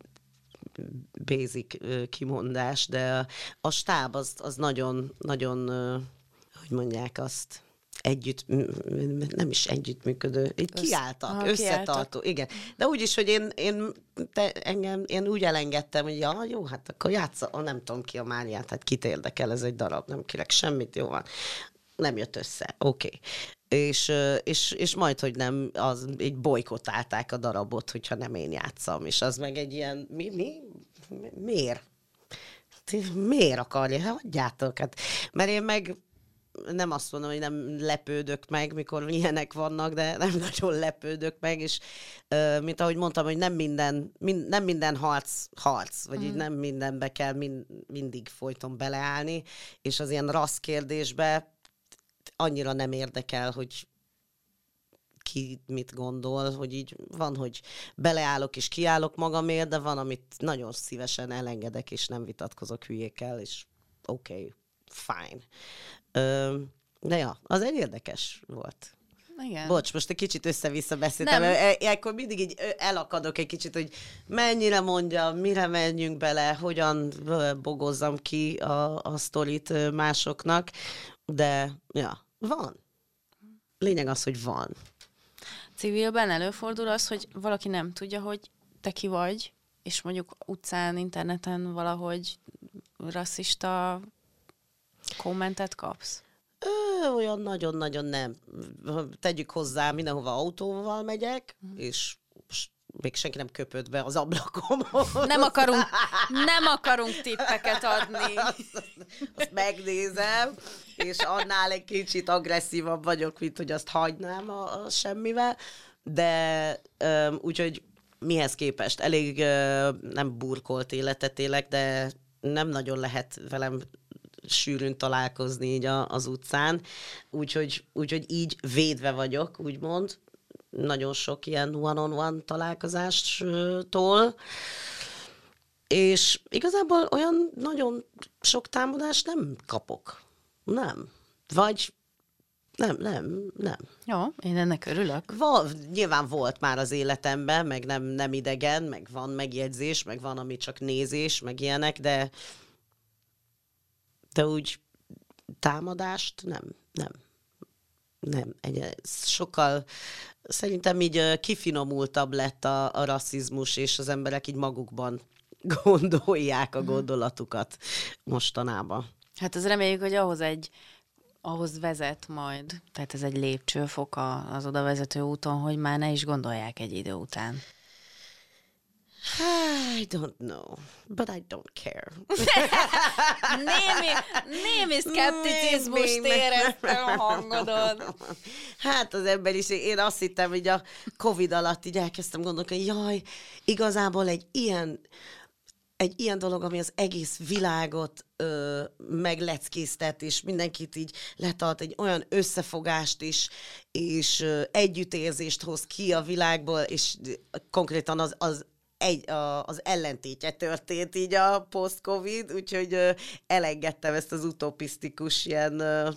basic kimondás, de a stáb az, az nagyon, nagyon, hogy mondják azt, együtt, nem is együttműködő, így Össz, kiálltak, aha, összetartó, kiálltak. Igen. De úgyis, hogy én, én, te, engem, én úgy elengedtem, hogy ja, jó, hát akkor játsza, oh, nem tudom ki a Máriát, hát kit érdekel, ez egy darab, nem kérek semmit, jó van. Nem jött össze, oké. Okay. És, és, és majd, hogy nem, az, így bolykottálták a darabot, hogyha nem én játszom, és az meg egy ilyen, mi, mi, miért? Miért akarja? Hagyjátok, hát, mert én meg nem azt mondom, hogy nem lepődök meg, mikor ilyenek vannak, de nem nagyon lepődök meg, és mint ahogy mondtam, hogy nem minden, mind, nem minden harc, harc, vagy mm. így nem mindenbe kell mind, mindig folyton beleállni, és az ilyen rassz kérdésbe annyira nem érdekel, hogy ki mit gondol, hogy így van, hogy beleállok és kiállok magamért, de van, amit nagyon szívesen elengedek, és nem vitatkozok hülyékkel, és oké, okay, fine. Ö, de ja, az egy érdekes volt. Igen. Bocs, most egy kicsit össze-vissza beszéltem. Ekkor mindig így elakadok egy kicsit, hogy mennyire mondja, mire menjünk bele, hogyan bogozzam ki a, a sztorit másoknak, de ja, van. Lényeg az, hogy van. Civilben előfordul az, hogy valaki nem tudja, hogy te ki vagy, és mondjuk utcán, interneten valahogy rasszista kommentet kapsz? Ö, olyan nagyon-nagyon nem. Tegyük hozzá, mindenhova autóval megyek, mm. és még senki nem köpött be az ablakomon. Nem akarunk, nem akarunk tippeket adni. Azt, azt megnézem, és annál egy kicsit agresszívabb vagyok, mint hogy azt hagynám a, a semmivel, de um, úgyhogy mihez képest? Elég uh, nem burkolt életet élek, de nem nagyon lehet velem sűrűn találkozni így a, az utcán, úgyhogy, úgyhogy így védve vagyok, úgymond, nagyon sok ilyen one-on-one találkozástól, és igazából olyan nagyon sok támadást nem kapok. Nem. Vagy nem, nem, nem. Jó, én ennek örülök. Val, nyilván volt már az életemben, meg nem, nem idegen, meg van megjegyzés, meg van, ami csak nézés, meg ilyenek, de de úgy támadást nem, nem. Nem, egy, sokkal szerintem így kifinomultabb lett a, a rasszizmus, és az emberek így magukban gondolják a gondolatukat mostanában. Hát az reméljük, hogy ahhoz egy ahhoz vezet majd, tehát ez egy lépcsőfok az oda vezető úton, hogy már ne is gondolják egy idő után. I don't know, but I don't care. némi, némi szkepticizmust éreztem a hangodon. Hát az emberiség, én azt hittem, hogy a Covid alatt így elkezdtem gondolni, jaj, igazából egy ilyen, egy ilyen dolog, ami az egész világot ö, megleckésztet, és mindenkit így letart, egy olyan összefogást is, és ö, együttérzést hoz ki a világból, és konkrétan az, az Egy, a, az ellentétje történt így a post-covid, úgyhogy ö, elengedtem ezt az utopisztikus ilyen ö,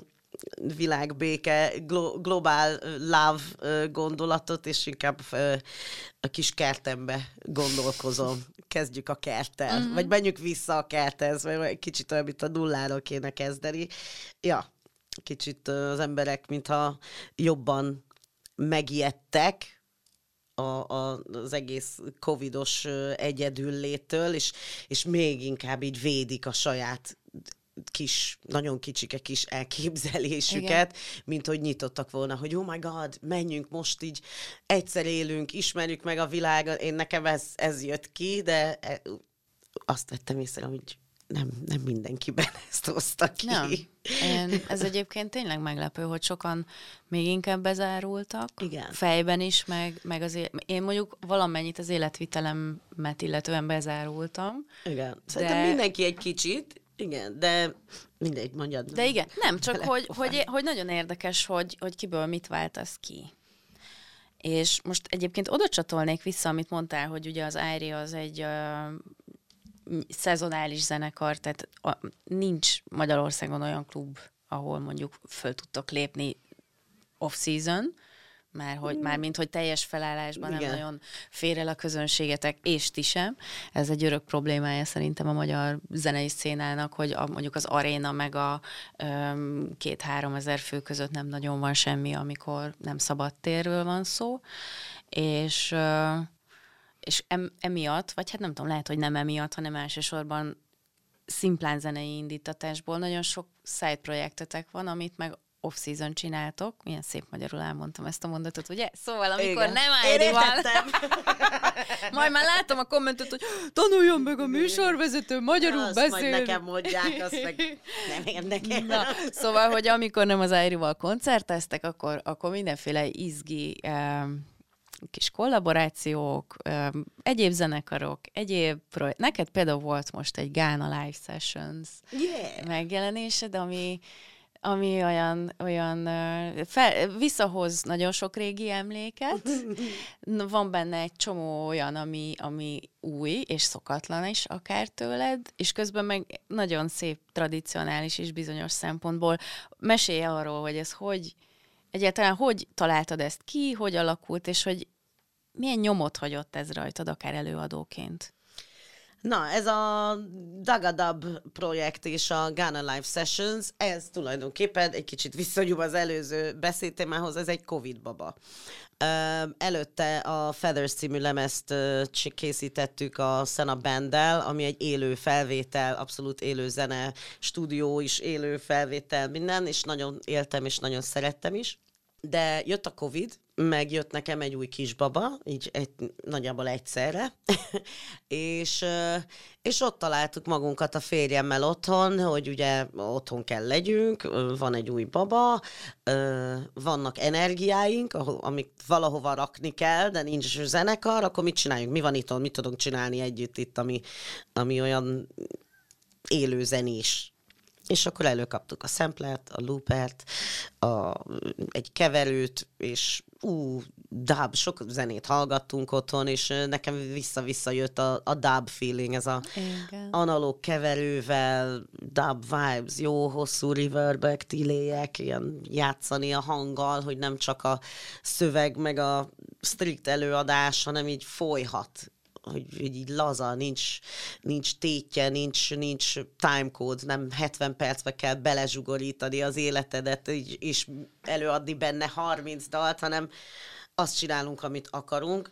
világbéke, glo- globál love ö, gondolatot, és inkább ö, a kis kertembe gondolkozom. Kezdjük a kerttel, mm-hmm. vagy menjünk vissza a kerthez, mert egy kicsit olyan, mint a nulláról kéne kezdeni. Ja, kicsit ö, az emberek, mintha jobban megijedtek, A, a, az egész covidos egyedülléttől, és, és még inkább így védik a saját kis, nagyon kicsike kis elképzelésüket, igen. mint hogy nyitottak volna, hogy oh my god, menjünk most így, egyszer élünk, ismerjük meg a világot, én nekem ez, ez jött ki, de azt vettem észre, hogy nem, nem mindenkiben ezt hozta ki. Nem. Én, ez egyébként tényleg meglepő, hogy sokan még inkább bezárultak. Igen. Fejben is, meg, meg az élet. Én mondjuk valamennyit az életvitelemet illetően bezárultam. Igen. Szerintem de... mindenki egy kicsit, igen, de mindegy, mondjad. De igen, nem, csak hogy, hogy, hogy nagyon érdekes, hogy, hogy kiből mit váltasz ki. És most egyébként oda csatolnék vissza, amit mondtál, hogy ugye az Ári az egy uh, szezonális zenekar, tehát a, nincs Magyarországon olyan klub, ahol mondjuk föl tudtok lépni off-season, már, hogy, mm. már mint hogy teljes felállásban igen. nem nagyon fér el a közönségetek, és ti sem. Ez egy örök problémája szerintem a magyar zenei szénának, hogy a, mondjuk az aréna meg a um, két-három ezer fő között nem nagyon van semmi, amikor nem szabad térről van szó. És... Uh, és em, emiatt, vagy hát nem tudom, lehet, hogy nem emiatt, hanem elsősorban szimplán zenei indítatásból nagyon sok side projektetek van, amit meg off-season csináltok. Milyen szép magyarul elmondtam ezt a mondatot, ugye? Szóval, amikor igen. nem Ári van, majd már látom a kommentet, hogy tanuljon meg a műsorvezető magyarul azt beszélni. Majd nekem mondják, azt meg nem érdekel. Na, szóval, hogy amikor nem az Árival koncerteztek, akkor, akkor mindenféle izgi... Um, kis kollaborációk, egyéb zenekarok, egyéb projekt. Neked például volt most egy Ghana Live Sessions yeah. megjelenése, de ami, ami olyan, olyan fel, visszahoz nagyon sok régi emléket. Van benne egy csomó olyan, ami, ami új, és szokatlan is akár tőled, és közben meg nagyon szép, tradicionális is bizonyos szempontból. Mesélj arról, hogy ez hogy egyáltalán hogy találtad ezt ki, hogy alakult, és hogy milyen nyomot hagyott ez rajtad, akár előadóként? Na, ez a Dagadab projekt és a Ghana Live Sessions, ez tulajdonképpen egy kicsit visszanyúl az előző beszédtémához, ez egy Covid baba. Előtte a Feathers című lemezt készítettük a Sena Banddel, ami egy élő felvétel, abszolút élő zene, stúdió is, élő felvétel, minden, és nagyon éltem, és nagyon szerettem is. De jött a Covid, meg jött nekem egy új kisbaba, így egy, nagyjából egyszerre, és, és ott találtuk magunkat a férjemmel otthon, hogy ugye otthon kell legyünk, van egy új baba, vannak energiáink, amit valahova rakni kell, de nincs zenekar, akkor mit csináljunk? Mi van itt, mit tudunk csinálni együtt itt, ami, ami olyan élő zenés. És akkor előkaptuk a samplert, a loopert, a, egy keverőt, és ú, dub, sok zenét hallgattunk otthon, és nekem vissza-vissza jött a, a dub feeling, ez a Igen. analóg keverővel, dub vibes, jó hosszú reverbek, tiléjek, ilyen játszani a hanggal, hogy nem csak a szöveg, meg a strikt előadás, hanem így folyhat. Hogy, hogy így laza, nincs, nincs tétje, nincs, nincs timecode, nem hetven percbe kell belezsugorítani az életedet, és előadni benne harminc dalt, hanem azt csinálunk, amit akarunk.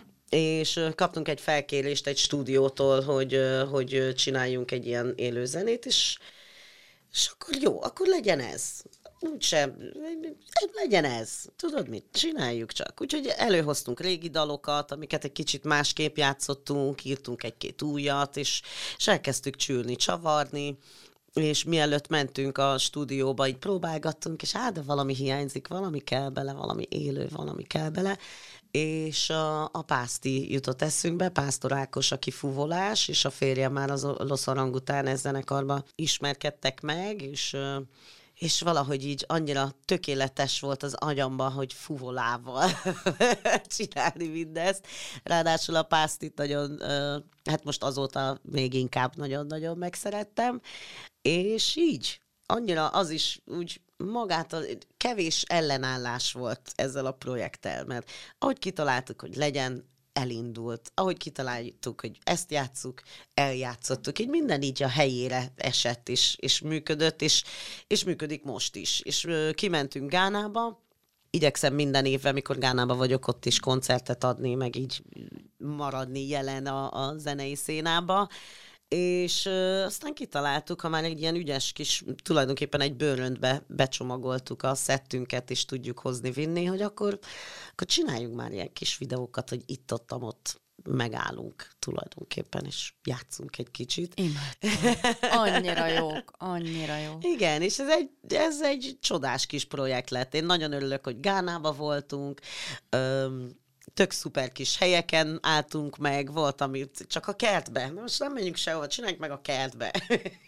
És kaptunk egy felkérést egy stúdiótól, hogy, hogy csináljunk egy ilyen élőzenét, és, és akkor jó, akkor legyen ez. Úgysem, legyen ez. Tudod mit? Csináljuk csak. Úgyhogy előhoztunk régi dalokat, amiket egy kicsit másképp játszottunk, írtunk egy-két újat, és, és elkezdtük csülni, csavarni, és mielőtt mentünk a stúdióba, így próbálgattunk, és hát, de valami hiányzik, valami kell bele, valami élő, valami kell bele, és a, a Pászti jutott eszünkbe, Pásztor Ákos, aki fuvolás, és a férje már az Los Orangutanes zenekarba ismerkedtek meg, és és valahogy így annyira tökéletes volt az agyamba, hogy fuvolával csinálni mindezt. Ráadásul a Pásztit nagyon, hát most azóta még inkább nagyon-nagyon megszerettem, és így annyira az is úgy magát, a, kevés ellenállás volt ezzel a projekttel, mert ahogy kitaláltuk, hogy legyen, elindult. Ahogy kitaláltuk, hogy ezt játsszuk, eljátszottuk. Így minden így a helyére esett, és, és működött, és, és működik most is. És ö, kimentünk Gánába, igyekszem minden évben, mikor Gánába vagyok, ott is koncertet adni, meg így maradni jelen a, a zenei szénába, és ö, aztán kitaláltuk, ha már egy ilyen ügyes kis, tulajdonképpen egy bőröntbe becsomagoltuk a szettünket, és tudjuk hozni, vinni, hogy akkor, akkor csináljunk már ilyen kis videókat, hogy itt-ott, ott megállunk tulajdonképpen, és játszunk egy kicsit. Imádtam. Annyira jók, annyira jók. Igen, és ez egy, ez egy csodás kis projekt lett. Én nagyon örülök, hogy Gánába voltunk, öm, tök szuper kis helyeken álltunk meg, volt, amit csak a kertbe. Most nem menjünk sehova, csináljuk meg a kertbe.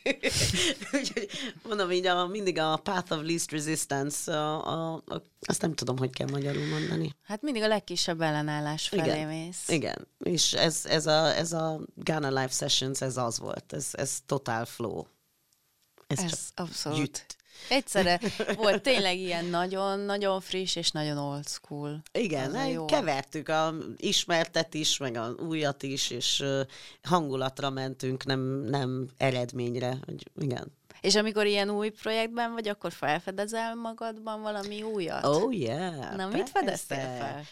Úgyhogy mondom így, a, mindig a path of least resistance, a, a, a, azt nem tudom, hogy kell magyarul mondani. Hát mindig a legkisebb ellenállás felé igen, mész. Igen, és ez, ez, a, ez a Ghana Live Sessions, ez az volt, ez, ez total flow. Ez, ez abszolút. Gyütt. Egyszerre volt tényleg ilyen nagyon-nagyon friss és nagyon old school. Igen, kevertük a ismertet is, meg az újat is, és hangulatra mentünk, nem, nem eredményre. Igen. És amikor ilyen új projektben vagy, akkor felfedezel magadban valami újat? Oh yeah. Na, persze. mit fedeztél fel?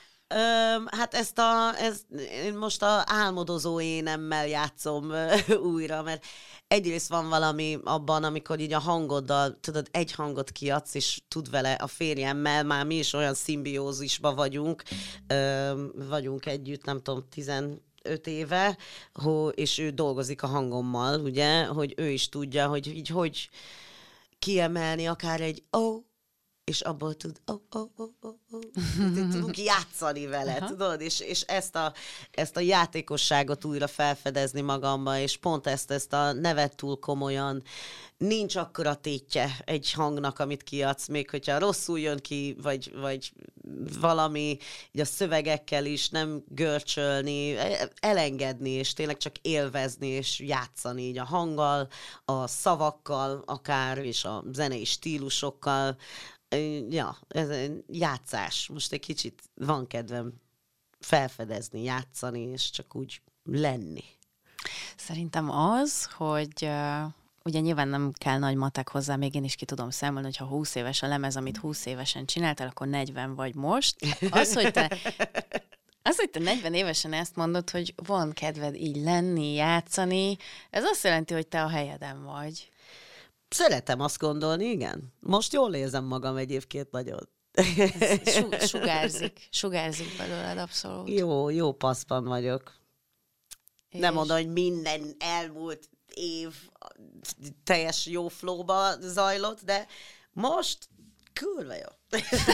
Öm, hát ezt a, ez, én most a álmodozó énemmel játszom újra, mert egyrészt van valami abban, amikor így a hangoddal, tudod, egy hangot kiadsz, és tud vele a férjemmel, már mi is olyan szimbiózisban vagyunk, öm, vagyunk együtt, nem tudom, tizenöt éve, ho, és ő dolgozik a hangommal, ugye, hogy ő is tudja, hogy így hogy kiemelni akár egy oh, és abból tud, oh, oh, oh, oh, oh. tudunk játszani vele, Aha. tudod? És, és ezt, a, ezt a játékosságot újra felfedezni magamba, és pont ezt, ezt a nevet túl komolyan, nincs akkora tétje egy hangnak, amit kiadsz, még hogyha rosszul jön ki, vagy, vagy valami, így a szövegekkel is nem görcsölni, elengedni, és tényleg csak élvezni, és játszani így a hanggal, a szavakkal akár, és a zenei stílusokkal, Ja, ez egy játszás. Most egy kicsit van kedvem felfedezni, játszani, és csak úgy lenni. Szerintem az, hogy uh, ugye nyilván nem kell nagy matek hozzá, még én is ki tudom számolni, hogy ha húsz éves a lemez, amit húsz évesen csináltál, akkor negyven vagy most. Az, hogy te, az, hogy te negyven évesen ezt mondod, hogy van kedved így lenni, játszani, ez azt jelenti, hogy te a helyeden vagy. Szeretem azt gondolni, igen. Most jól érzem magam egyébként nagyon. Su- sugárzik, sugárzik belőled abszolút. Jó, jó paszban vagyok. És... Nem mondom, hogy minden elmúlt év teljes jó flowba zajlott, de most kurva jó.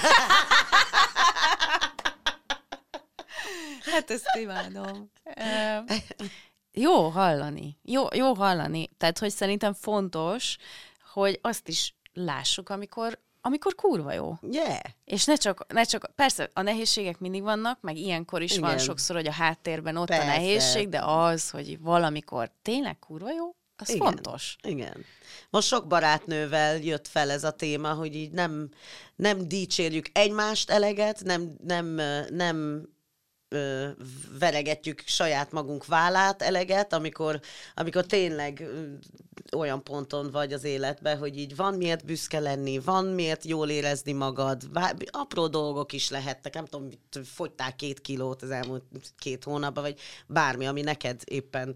Hát ezt imádom. Uh, jó hallani. Jó, jó hallani. Tehát, hogy szerintem fontos, hogy azt is lássuk, amikor, amikor kurva jó. Yeah. És ne csak, ne csak, persze a nehézségek mindig vannak, meg ilyenkor is Igen. van sokszor, hogy a háttérben ott persze. a nehézség, de az, hogy valamikor tényleg kurva jó, az Igen. fontos. Igen. Most sok barátnővel jött fel ez a téma, hogy így nem, nem dicsérjük egymást eleget, nem, nem, nem ö, veregetjük saját magunk vállát eleget, amikor, amikor tényleg ö, olyan ponton vagy az életben, hogy így van miért büszke lenni, van miért jól érezni magad, bár, apró dolgok is lehettek, nem tudom, fogytál két kilót az elmúlt két hónapban, vagy bármi, ami neked éppen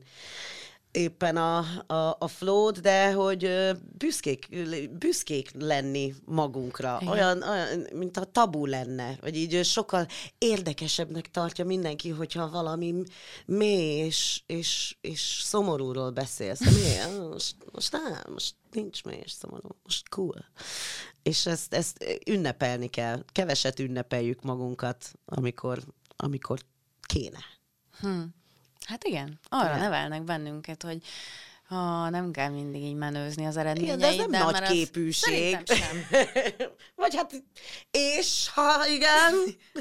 éppen a, a, a flow, de hogy büszkék, büszkék lenni magunkra. Olyan, olyan, mint a tabu lenne, vagy így sokkal érdekesebbnek tartja mindenki, hogyha valami mély és, és, és szomorúról beszélsz. Mély, most, most nem, most nincs mély és szomorú, most cool. És ezt, ezt ünnepelni kell. Keveset ünnepeljük magunkat, amikor, amikor kéne. Hm. Hát igen, arra igen. nevelnek bennünket, hogy ha nem kell mindig így menőzni az eredményeit. Igen, de ez nem nagy képűség. Sem. Vagy hát, és ha igen.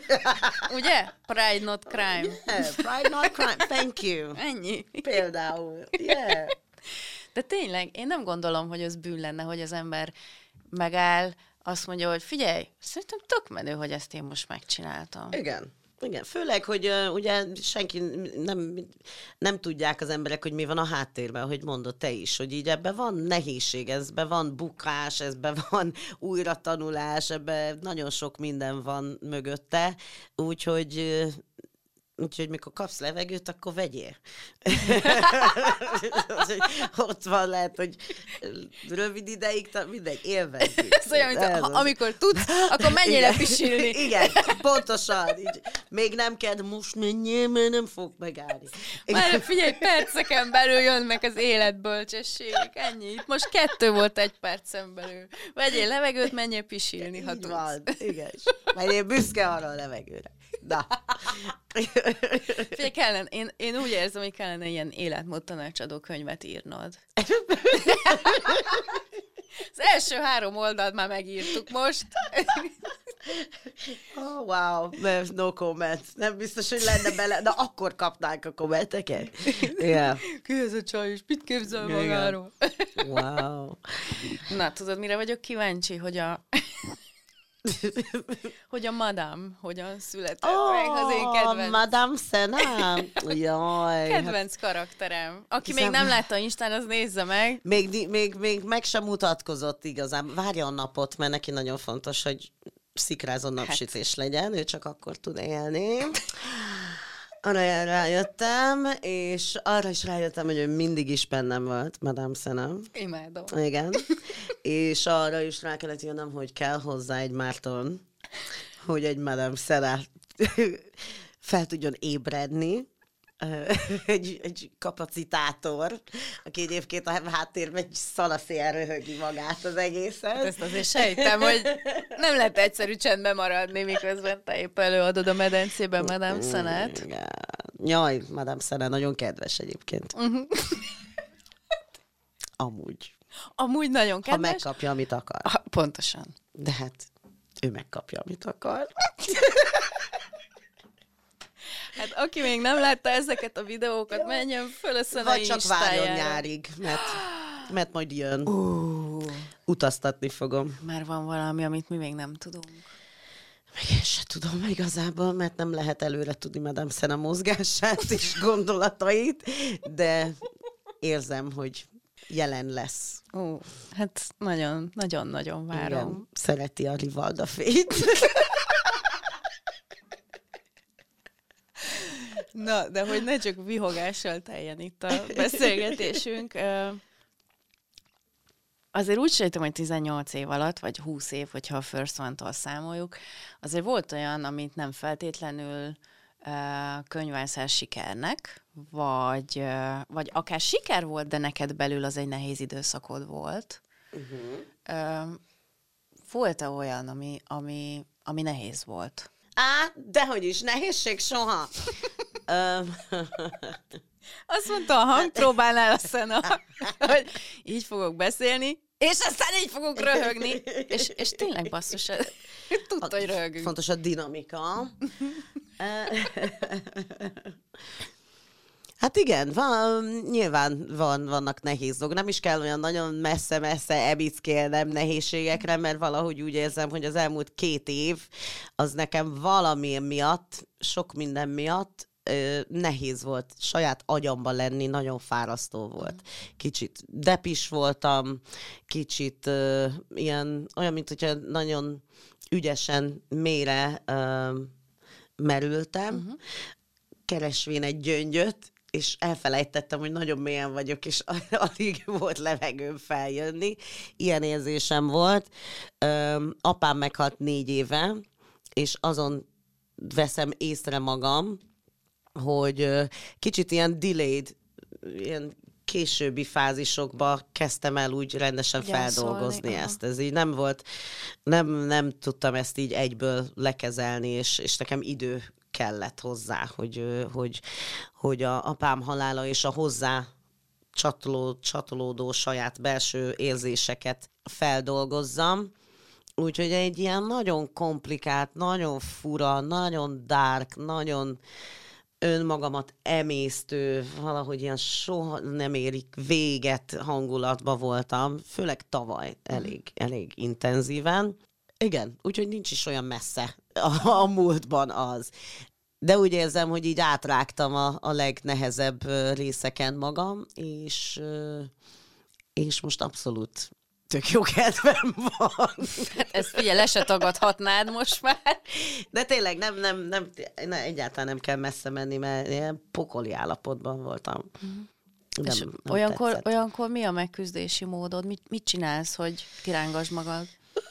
Ugye? Pride not crime. Yeah, pride not crime, thank you. Ennyi. Például, yeah. De tényleg, én nem gondolom, hogy az bűn lenne, hogy az ember megáll, azt mondja, hogy figyelj, szerintem tök menő, hogy ezt én most megcsináltam. Igen. Igen, főleg, hogy uh, ugye senki nem, nem tudják az emberek, hogy mi van a háttérben, ahogy mondod te is, hogy így ebben van nehézség, ezben van bukás, ezben van újratanulás, ebben nagyon sok minden van mögötte, úgyhogy uh, Úgyhogy mikor kapsz levegőt, akkor vegyél. Ott van, lehet, hogy rövid ideig, mindegy, élvezzük. Ez olyan, mint a, amikor tudsz, akkor menjél le pisilni. Igen, pontosan. Így, még nem kell, most menjél, mert nem fog megállni. Már figyelj, perceken belül jönnek az életbölcsességek, ennyi. Most kettő volt egy percen belül. Vegyél levegőt, menjél pisilni, ha így tudsz. Van, igen. Mert én büszke arra a levegőre. Na. Figyelj, kellene, én, én úgy érzem, hogy kellene ilyen életmód tanácsadó könyvet írnod. Az első három oldalt már megírtuk most. Oh, wow, nem, no comment. Nem biztos, hogy lenne bele, de akkor kapnánk a kommenteket. Yeah. Ki ez a csaj, és mit képzel magáról? Wow. Na, tudod, mire vagyok kíváncsi, hogy a... hogy a Madame hogyan született oh, meg az én kedvenc... Madame Senna? Jaj. Kedvenc hát... karakterem. Aki Hiszem... még nem látta Instán, az nézze meg. Még, még, még meg sem mutatkozott igazán. Várja a napot, mert neki nagyon fontos, hogy szikrázó napsütés hát. legyen. Ő csak akkor tud élni. Arra rájöttem, és arra is rájöttem, hogy ő mindig is bennem volt, Madame Senna. Imádom. Igen. És arra is rá kellett jönnöm, hogy kell hozzá egy Márton, hogy egy Madame Senna fel tudjon ébredni. Egy, egy kapacitátor, aki egyébként a háttérben egy szanaszél röhögi magát az egészet. Hát ezt azért sejtem, hogy nem lehet egyszerű csendben maradni, miközben te épp előadod a medencében Madame Senna-t. Jaj, Madame Senna nagyon kedves egyébként. Uh-huh. Amúgy. Amúgy nagyon kedves. Ha megkapja, amit akar. Ha, pontosan. De hát ő megkapja, amit akar. Hát aki még nem látta ezeket a videókat, menjen föl a Senna Vagy csak Instájára. várjon nyárig, mert mert majd jön. Uh. Utaztatni fogom. Már van valami, amit mi még nem tudunk. Meg én se tudom igazából, mert nem lehet előre tudni Madame Sena mozgását és gondolatait, de érzem, hogy jelen lesz. Ó, hát nagyon, nagyon-nagyon várom. Igen, szereti a Rivalda Fét. Na, de hogy ne csak vihogással teljen itt a beszélgetésünk. Azért úgy sejtem, hogy tizennyolc év alatt, vagy húsz év, hogyha a First One-tól számoljuk, azért volt olyan, amit nem feltétlenül uh, könyvelsz sikernek, vagy, uh, vagy akár siker volt, de neked belül az egy nehéz időszakod volt. Uh-huh. Uh, volt-e olyan, ami, ami, ami nehéz volt? Á, dehogy is, nehézség soha. Azt mondta a hangpróbánál a Szena, hogy így fogok beszélni, és aztán így fogok röhögni. És, és tényleg basszus, tudta, hogy röhögünk. Fontos a dinamika. Hát igen, van, nyilván van, vannak nehéz dolgok. Nem is kell olyan nagyon messze-messze ebickélnem nehézségekre, mert valahogy úgy érzem, hogy az elmúlt két év az nekem valami miatt, sok minden miatt nehéz volt saját agyamba lenni, nagyon fárasztó volt. Kicsit depis voltam, kicsit uh, ilyen, olyan, mint hogyha nagyon ügyesen mélyre uh, merültem, uh-huh. keresvén egy gyöngyöt, és elfelejtettem, hogy nagyon mélyen vagyok, és alig volt levegőm feljönni. Ilyen érzésem volt. Um, apám meghalt négy éve, és azon veszem észre magam, hogy kicsit ilyen delayed, ilyen későbbi fázisokba kezdtem el úgy rendesen feldolgozni ezt. Ez így nem volt, nem, nem tudtam ezt így egyből lekezelni, és, és nekem idő kellett hozzá, hogy, hogy, hogy a apám halála és a hozzá csatoló, csatolódó saját belső érzéseket feldolgozzam. Úgyhogy egy ilyen nagyon komplikált, nagyon fura, nagyon dark, nagyon önmagamat emésztő, valahogy ilyen soha nem érik véget hangulatba voltam, főleg tavaly elég, elég intenzíven. Igen, úgyhogy nincs is olyan messze a, a múltban az. De úgy érzem, hogy így átrágtam a, a legnehezebb részeken magam, és, és most abszolút tök jó kedvem van. Hát ezt figyelj, le se tagadhatnád most már. De tényleg nem, nem, nem, nem, egyáltalán nem kell messze menni, mert ilyen pokoli állapotban voltam. Nem, és nem olyankor, olyankor mi a megküzdési módod? Mit, mit csinálsz, hogy kirángasd magad?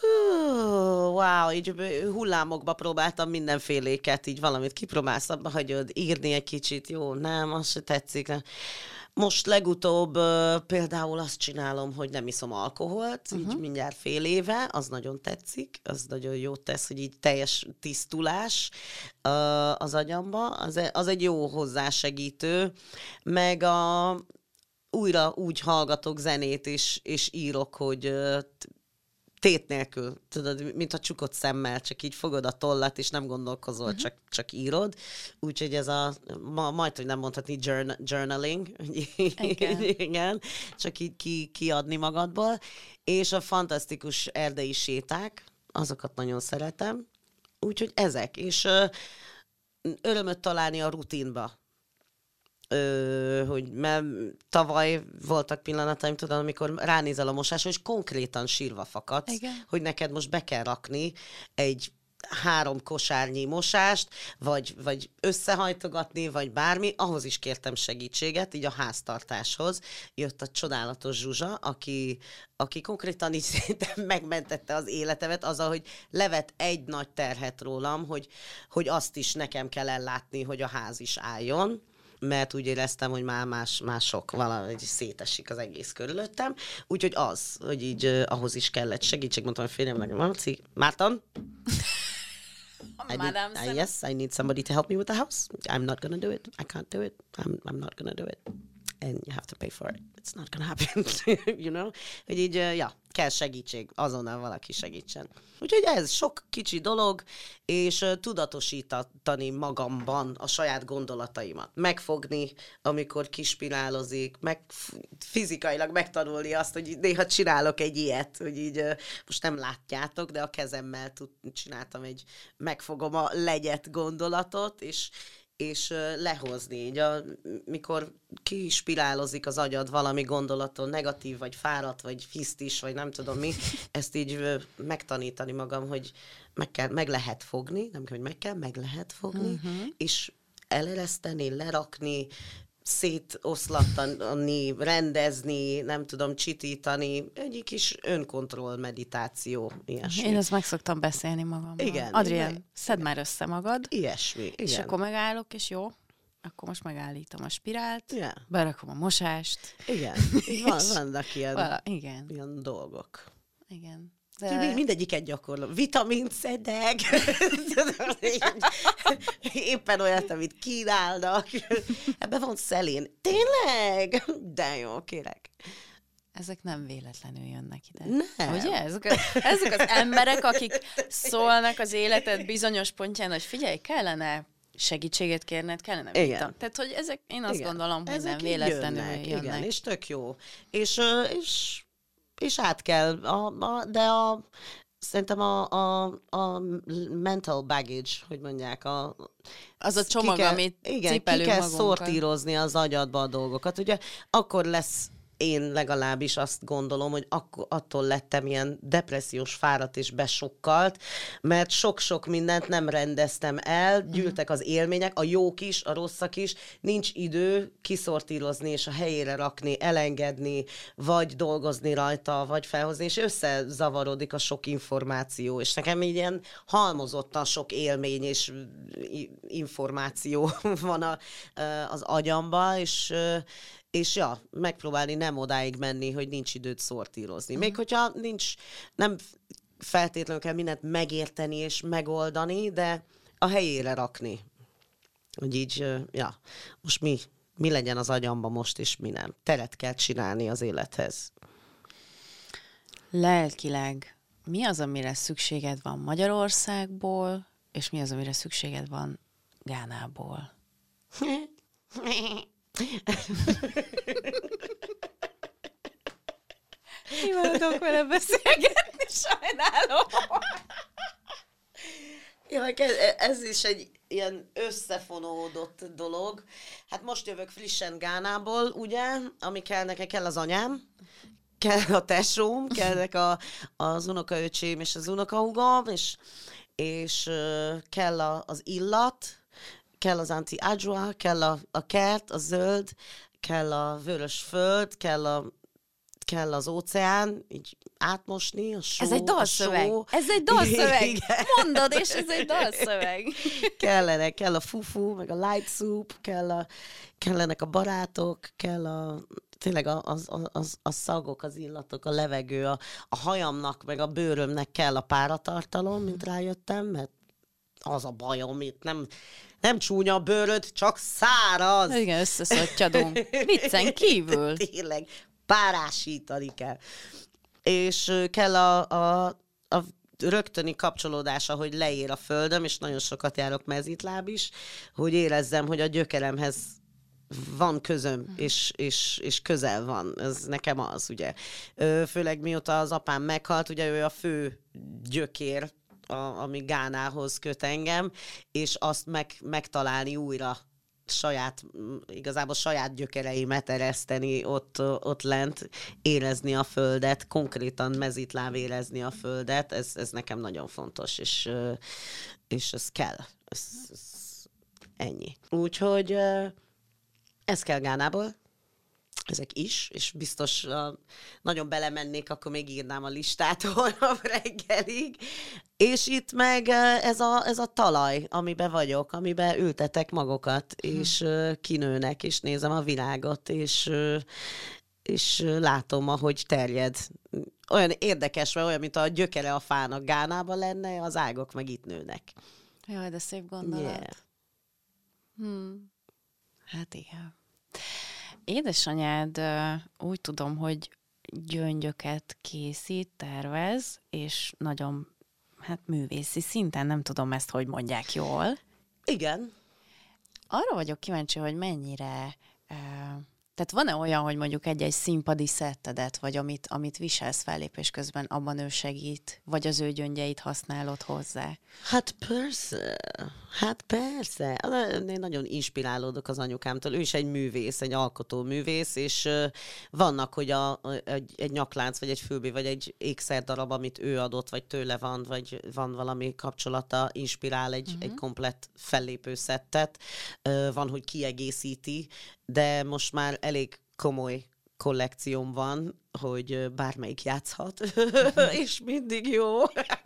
Uh, wow, így hullámokba próbáltam mindenféléket, így valamit kipróbálsz, abba hagyod, írni egy kicsit, jó, nem, az se tetszik. Nem. Most legutóbb uh, például azt csinálom, hogy nem iszom alkoholt, uh-huh. így mindjárt fél éve, az nagyon tetszik, az nagyon jót tesz, hogy így teljes tisztulás uh, az agyamba, az, az egy jó hozzásegítő, meg a, újra úgy hallgatok zenét és, és írok, hogy uh, tét nélkül, tudod, mint a csukott szemmel, csak így fogod a tollat, és nem gondolkozol, uh-huh. csak, csak írod. Úgyhogy ez a, ma, majd, hogy nem mondhatni journal, journaling, igen. igen, csak így ki, kiadni magadból. És a fantasztikus erdei séták, azokat nagyon szeretem. Úgyhogy ezek. És ö, örömöt találni a rutinba. Ö, hogy mert tavaly voltak pillanataim, tudod, amikor ránézel a mosásra, és konkrétan sírva fakadsz, igen. hogy neked most be kell rakni egy három kosárnyi mosást, vagy, vagy összehajtogatni, vagy bármi, ahhoz is kértem segítséget, így a háztartáshoz. Jött a csodálatos Zsuzsa, aki, aki konkrétan így megmentette az életemet, azzal, hogy levet egy nagy terhet rólam, hogy, hogy azt is nekem kell ellátni, hogy a ház is álljon, mert úgy éreztem, hogy már más, mások valahogy szétesik az egész körülöttem. Úgyhogy az, hogy így uh, ahhoz is kellett segítség, mondtam a férjemnek, Marci, Márton, I need, uh, yes, I need somebody to help me with the house. I'm not gonna do it. I can't do it. I'm, I'm not gonna do it. and you have to pay for it. It's not gonna happen, you know? Hogy így, uh, ja, kell segítség, azonnal valaki segítsen. Úgyhogy ez sok kicsi dolog, és uh, tudatosítani magamban a saját gondolataimat. Megfogni, amikor kispirálozik, meg fizikailag megtanulni azt, hogy néha csinálok egy ilyet, hogy így uh, most nem látjátok, de a kezemmel tud, csináltam egy, megfogom a legyet gondolatot, és és lehozni. Így a, mikor kispirálozik az agyad valami gondolaton, negatív, vagy fáradt, vagy hisztis, vagy nem tudom mi, ezt így megtanítani magam, hogy meg, kell, meg lehet fogni, nem kell, hogy meg kell, meg lehet fogni, uh-huh. és elereszteni, lerakni, szétoszlatni, rendezni, nem tudom, csitítani, egy kis önkontroll meditáció, ilyesmi. Én ezt meg szoktam beszélni magammal. Igen. Adrián, meg... szedd már össze magad. Ilyesmi, igen. És akkor megállok, és jó, akkor most megállítom a spirált, yeah. berakom a mosást. Igen, van, vannak ilyen, vala, igen. ilyen dolgok. Igen. De... Mindegyiket gyakorlom. Vitamint szedek. Éppen olyat, amit kínálnak. Ebben van szelén. Tényleg? De jó, kérek. Ezek nem véletlenül jönnek ide. Nem. Ugye? Ezek, a, ezek az emberek, akik szólnak az életed bizonyos pontján, hogy figyelj, kellene segítséget kérned, kellene vita. Tehát, hogy ezek, én azt igen. gondolom, hogy ezek nem véletlenül jönnek, jönnek. Igen, és tök jó. És, és És át kell, a, a, de a, szerintem a, a, a mental baggage, hogy mondják, a, az a csomag, kell, amit igen, cipelünk ki kell magunkkal. szortírozni az agyadba a dolgokat. Ugye akkor lesz, én legalábbis azt gondolom, hogy akkor, attól lettem ilyen depressziós, fáradt és besokkalt, mert sok-sok mindent nem rendeztem el, gyűltek az élmények, a jók is, a rosszak is, nincs idő kiszortírozni és a helyére rakni, elengedni, vagy dolgozni rajta, vagy felhozni, és összezavarodik a sok információ, és nekem így ilyen halmozottan sok élmény és információ van a, az agyamba, és és ja, megpróbálni nem odáig menni, hogy nincs időt szortírozni. Még hogyha nincs, nem feltétlenül kell mindent megérteni és megoldani, de a helyére rakni. Hogy így, ja, most mi, mi legyen az agyamba most, és mi nem. Teret kell csinálni az élethez. Lelkileg, mi az, amire szükséged van Magyarországból, és mi az, amire szükséged van Gánából? Imádok vele beszélgetni, sajnálom. Ja, ez, ez is egy ilyen összefonódott dolog. Hát most jövök frissen Gánából, ugye, ami kell, nekem kell az anyám, kell a tesóm, kellnek a, az unokaöcsém és az unokahúgom, és, és uh, kell a, az illat, kell az anti-agua, kell a, a kert, a zöld, kell a vörös föld, kell, a, kell az óceán, így átmosni, a só. Ez egy dalszöveg. Ez egy dalszöveg. Mondod, és ez egy dalszöveg. Kellene, kell a fufu, meg a light soup, kell a, kellenek a barátok, kell a tényleg az, az, az, a szagok, az illatok, a levegő, a, a hajamnak, meg a bőrömnek kell a páratartalom, mint rájöttem, mert az a bajom, itt nem, nem csúnya a bőröd, csak száraz. Igen, összeszottyadunk. Viccen kívül. Tényleg, párásítani kell. És kell a, a, a rögtöni kapcsolódása, hogy leér a földöm, és nagyon sokat járok mezitláb is, hogy érezzem, hogy a gyökeremhez van közöm, uh-huh. és, és, és közel van. Ez nekem az, ugye. Főleg mióta az apám meghalt, ugye ő a fő gyökér, a, ami Gánához köt engem, és azt meg, megtalálni újra saját, igazából saját gyökereimet ereszteni ott, ott lent, érezni a földet, konkrétan mezitláb érezni a földet, ez, ez nekem nagyon fontos, és, és ez kell. Ez, ez ennyi. Úgyhogy ez kell Gánából, ezek is, és biztos uh, nagyon belemennék, akkor még írnám a listát holnap reggelig. És itt meg uh, ez, a, ez a talaj, amiben vagyok, amiben ültetek magokat, hm. és uh, kinőnek, és nézem a világot, és, uh, és uh, látom, ahogy terjed. Olyan érdekes, vagy olyan, mint a gyökere a fának Gánában lenne, az ágok meg itt nőnek. Jaj, de szép gondolat. Yeah. Hmm. Hát igen. édesanyád úgy tudom, hogy gyöngyöket készít, tervez, és nagyon, hát művészi szinten, nem tudom ezt, hogy mondják jól. Igen. Arra vagyok kíváncsi, hogy mennyire... Tehát van-e olyan, hogy mondjuk egy-egy színpadi szettedet, vagy amit, amit viselsz fellépés közben, abban ő segít, vagy az ő gyöngyeit használod hozzá? Hát persze, hát persze. Én nagyon inspirálódok az anyukámtól. Ő is egy művész, egy alkotó művész, és uh, vannak, hogy a, a, egy, egy nyaklánc, vagy egy fülbi, vagy egy ékszerdarab, amit ő adott, vagy tőle van, vagy van valami kapcsolata, inspirál egy, uh-huh. egy komplett fellépő szettet. Uh, van, hogy kiegészíti, de most már elég komoly kollekcióm van, hogy bármelyik játszhat, és mindig jó.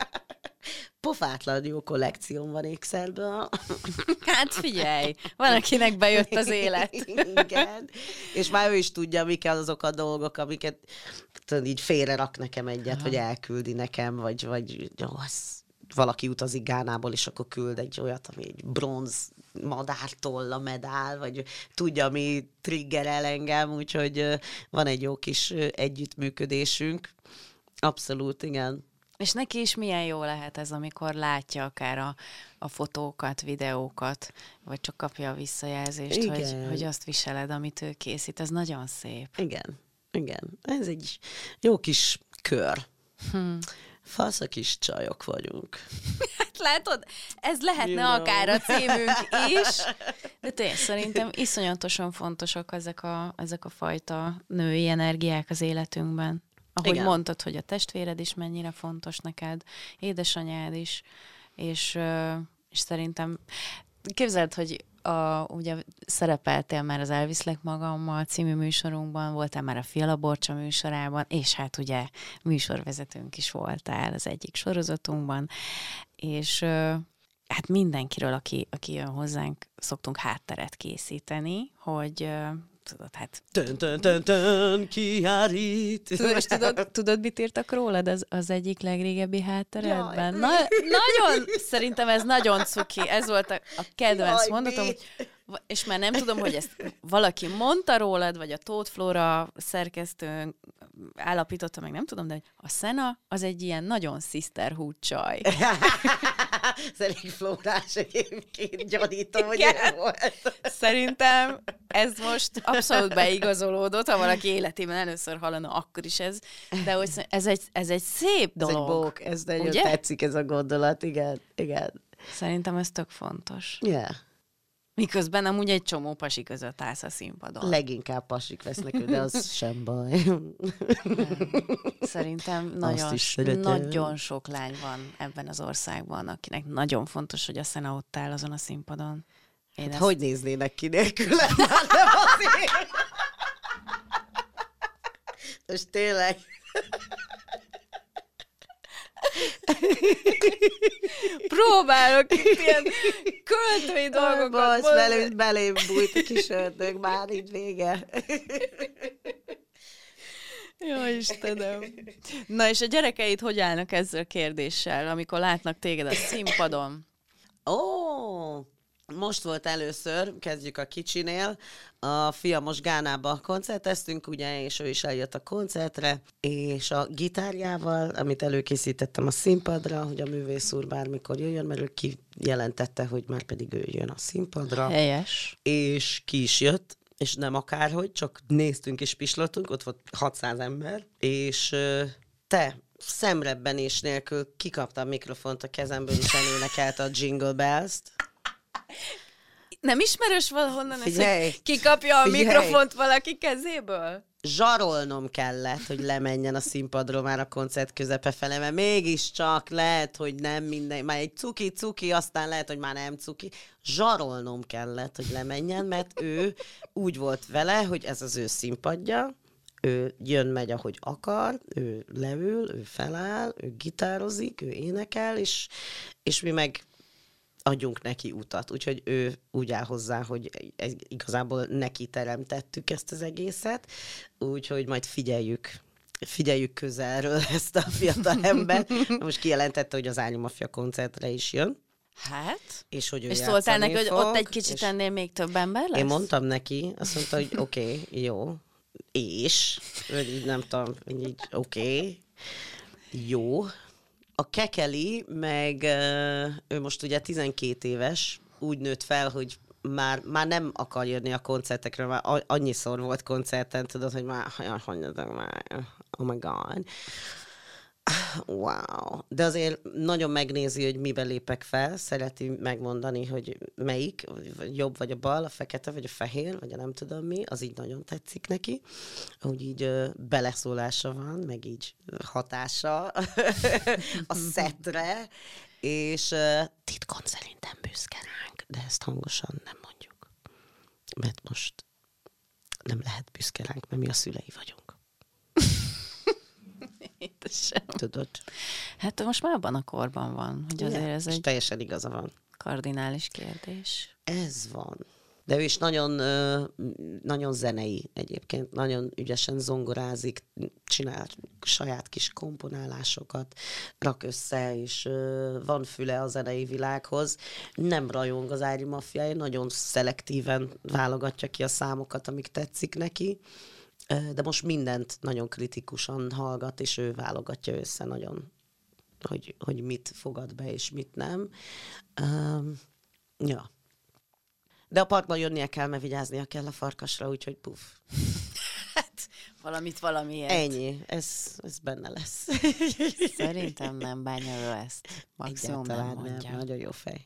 Pofátlan jó kollekcióm van ékszerből. Hát figyelj, van, akinek bejött az élet. Igen. És már ő is tudja, mik azok a dolgok, amiket tudod, így félre rak nekem egyet, aha. vagy elküldi nekem, vagy, vagy jó, az, valaki utazik Gánából, és akkor küld egy olyat, ami egy bronz madártolla medál, vagy tudja, mi triggerel engem, úgyhogy van egy jó kis együttműködésünk. Abszolút, igen. És neki is milyen jó lehet ez, amikor látja akár a, a fotókat, videókat, vagy csak kapja a visszajelzést, hogy, hogy azt viseled, amit ő készít. Ez nagyon szép. Igen, igen. Ez egy jó kis kör. Hm. Fasz a kis csajok vagyunk. Hát látod, ez lehetne you know. akár a címünk is, de tényleg szerintem iszonyatosan fontosak ezek a, ezek a fajta női energiák az életünkben. Ahogy igen. mondtad, hogy a testvéred is mennyire fontos neked, édesanyád is, és, és szerintem képzeld, hogy a, ugye szerepeltél már az Elviszlek magammal című műsorunkban, voltál már a Fiala Borcsa műsorában, és hát ugye műsorvezetőnk is voltál az egyik sorozatunkban, és hát mindenkiről, aki, aki jön hozzánk, szoktunk hátteret készíteni, hogy tudod, hát... Tön, tön, tön, tön, kiárít. Most tudod, tudod, mit írtak rólad az, az egyik legrégebbi hátteredben? Na, nagyon, szerintem ez nagyon cuki. Ez volt a, a kedvenc mondatom, és már nem tudom, hogy ezt valaki mondta rólad, vagy a Tóth Flóra szerkesztő állapította meg, nem tudom, de a Szena az egy ilyen nagyon sisterhood csaj. Ez elég flórás egyébként, gyanítom, hogy ilyen volt. Szerintem ez most abszolút beigazolódott, ha valaki életében először hallana, akkor is ez, de hogy ez egy, ez egy szép dolog. Ez egy bók, ez nagyon ugye? Tetszik ez a gondolat, igen, igen. Szerintem ez tök fontos. Yeah. Miközben amúgy egy csomó pasi között állsz a színpadon. Leginkább pasik vesznek ő, de az sem baj. Szerintem nagyon, nagyon sok lány van ebben az országban, akinek nagyon fontos, hogy a Szena ott áll azon a színpadon. Hát ezt... Hogy néznének ki nélküle? Már nem azért. Most tényleg... Próbálok itt ilyen költői dolgokat most belém, belém bújt a kis ördög, már így vége. Jó Istenem. Na és a gyerekeid hogy állnak ezzel a kérdéssel, amikor látnak téged a színpadon? Ó, most volt először, kezdjük a kicsinél, a fia most Gánába koncerteztünk, ugye, és ő is eljött a koncertre, és a gitárjával, amit előkészítettem a színpadra, hogy a művész úr bármikor jöjjön, mert ő kijelentette, hogy már pedig ő jön a színpadra. Helyes. És ki is jött, és nem akárhogy, csak néztünk és pislottunk, ott volt hatszáz ember, és te szemrebbenés nélkül kikaptam a mikrofont a kezemből, és elénekelte a Jingle Bells-t. Nem ismerős valahonnan ez, hogy kikapja a figyelj. mikrofont valaki kezéből? Zsarolnom kellett, hogy lemenjen a színpadról már a koncert közepe fele, mert mégiscsak lehet, hogy nem minden, már egy cuki-cuki, aztán lehet, hogy már nem cuki. Zsarolnom kellett, hogy lemenjen, mert ő úgy volt vele, hogy ez az ő színpadja, ő jön, megy, ahogy akar, ő leül, ő feláll, ő gitározik, ő énekel, és, és mi meg adjunk neki utat. Úgyhogy ő úgy áll hozzá, hogy ez, igazából neki teremtettük ezt az egészet, úgyhogy majd figyeljük, figyeljük közelről ezt a fiatal embert. Most kijelentette, hogy az Árnyi Mafia koncertre is jön. Hát? És hogy ő És szóltál neki, hogy fog, ott egy kicsit ennél még több ember lesz? Én mondtam neki, azt mondta, hogy oké, okay, jó, és, vagy így nem tudom, így oké, okay, jó. A Kekeli, meg ő most ugye tizenkét éves, úgy nőtt fel, hogy már, már nem akar jönni a koncertekre, már annyiszor volt koncerten, tudod, hogy már, hogy már, oh my god. Wow. De azért nagyon megnézi, hogy miben lépek fel, szereti megmondani, hogy melyik, vagy jobb vagy a bal, a fekete vagy a fehér, vagy a nem tudom mi, az így nagyon tetszik neki. Úgy így ö, beleszólása van, meg így hatása a szettre, és ö, titkon szerintem büszke ránk, de ezt hangosan nem mondjuk. Mert most nem lehet büszke ránk, mert mi a szülei vagyunk. Tudod? Hát most már abban a korban van, hogy azért ez és egy teljesen igaza van. kardinális kérdés. Ez van. De ő is nagyon, nagyon zenei egyébként, nagyon ügyesen zongorázik, csinál saját kis komponálásokat, rak össze, és van füle a zenei világhoz. Nem rajong az Ári Maffiája, nagyon szelektíven válogatja ki a számokat, amik tetszik neki. De most mindent nagyon kritikusan hallgat, és ő válogatja össze nagyon, hogy, hogy mit fogad be, és mit nem. Um, ja. De a parkban jönnie kell, mert vigyáznia kell a farkasra, úgyhogy puff. Hát, valamit valamiért. Ennyi, ez, ez benne lesz. Szerintem nem bánja ő ezt. Maximum nem mondja. Nem, nagyon jó fej.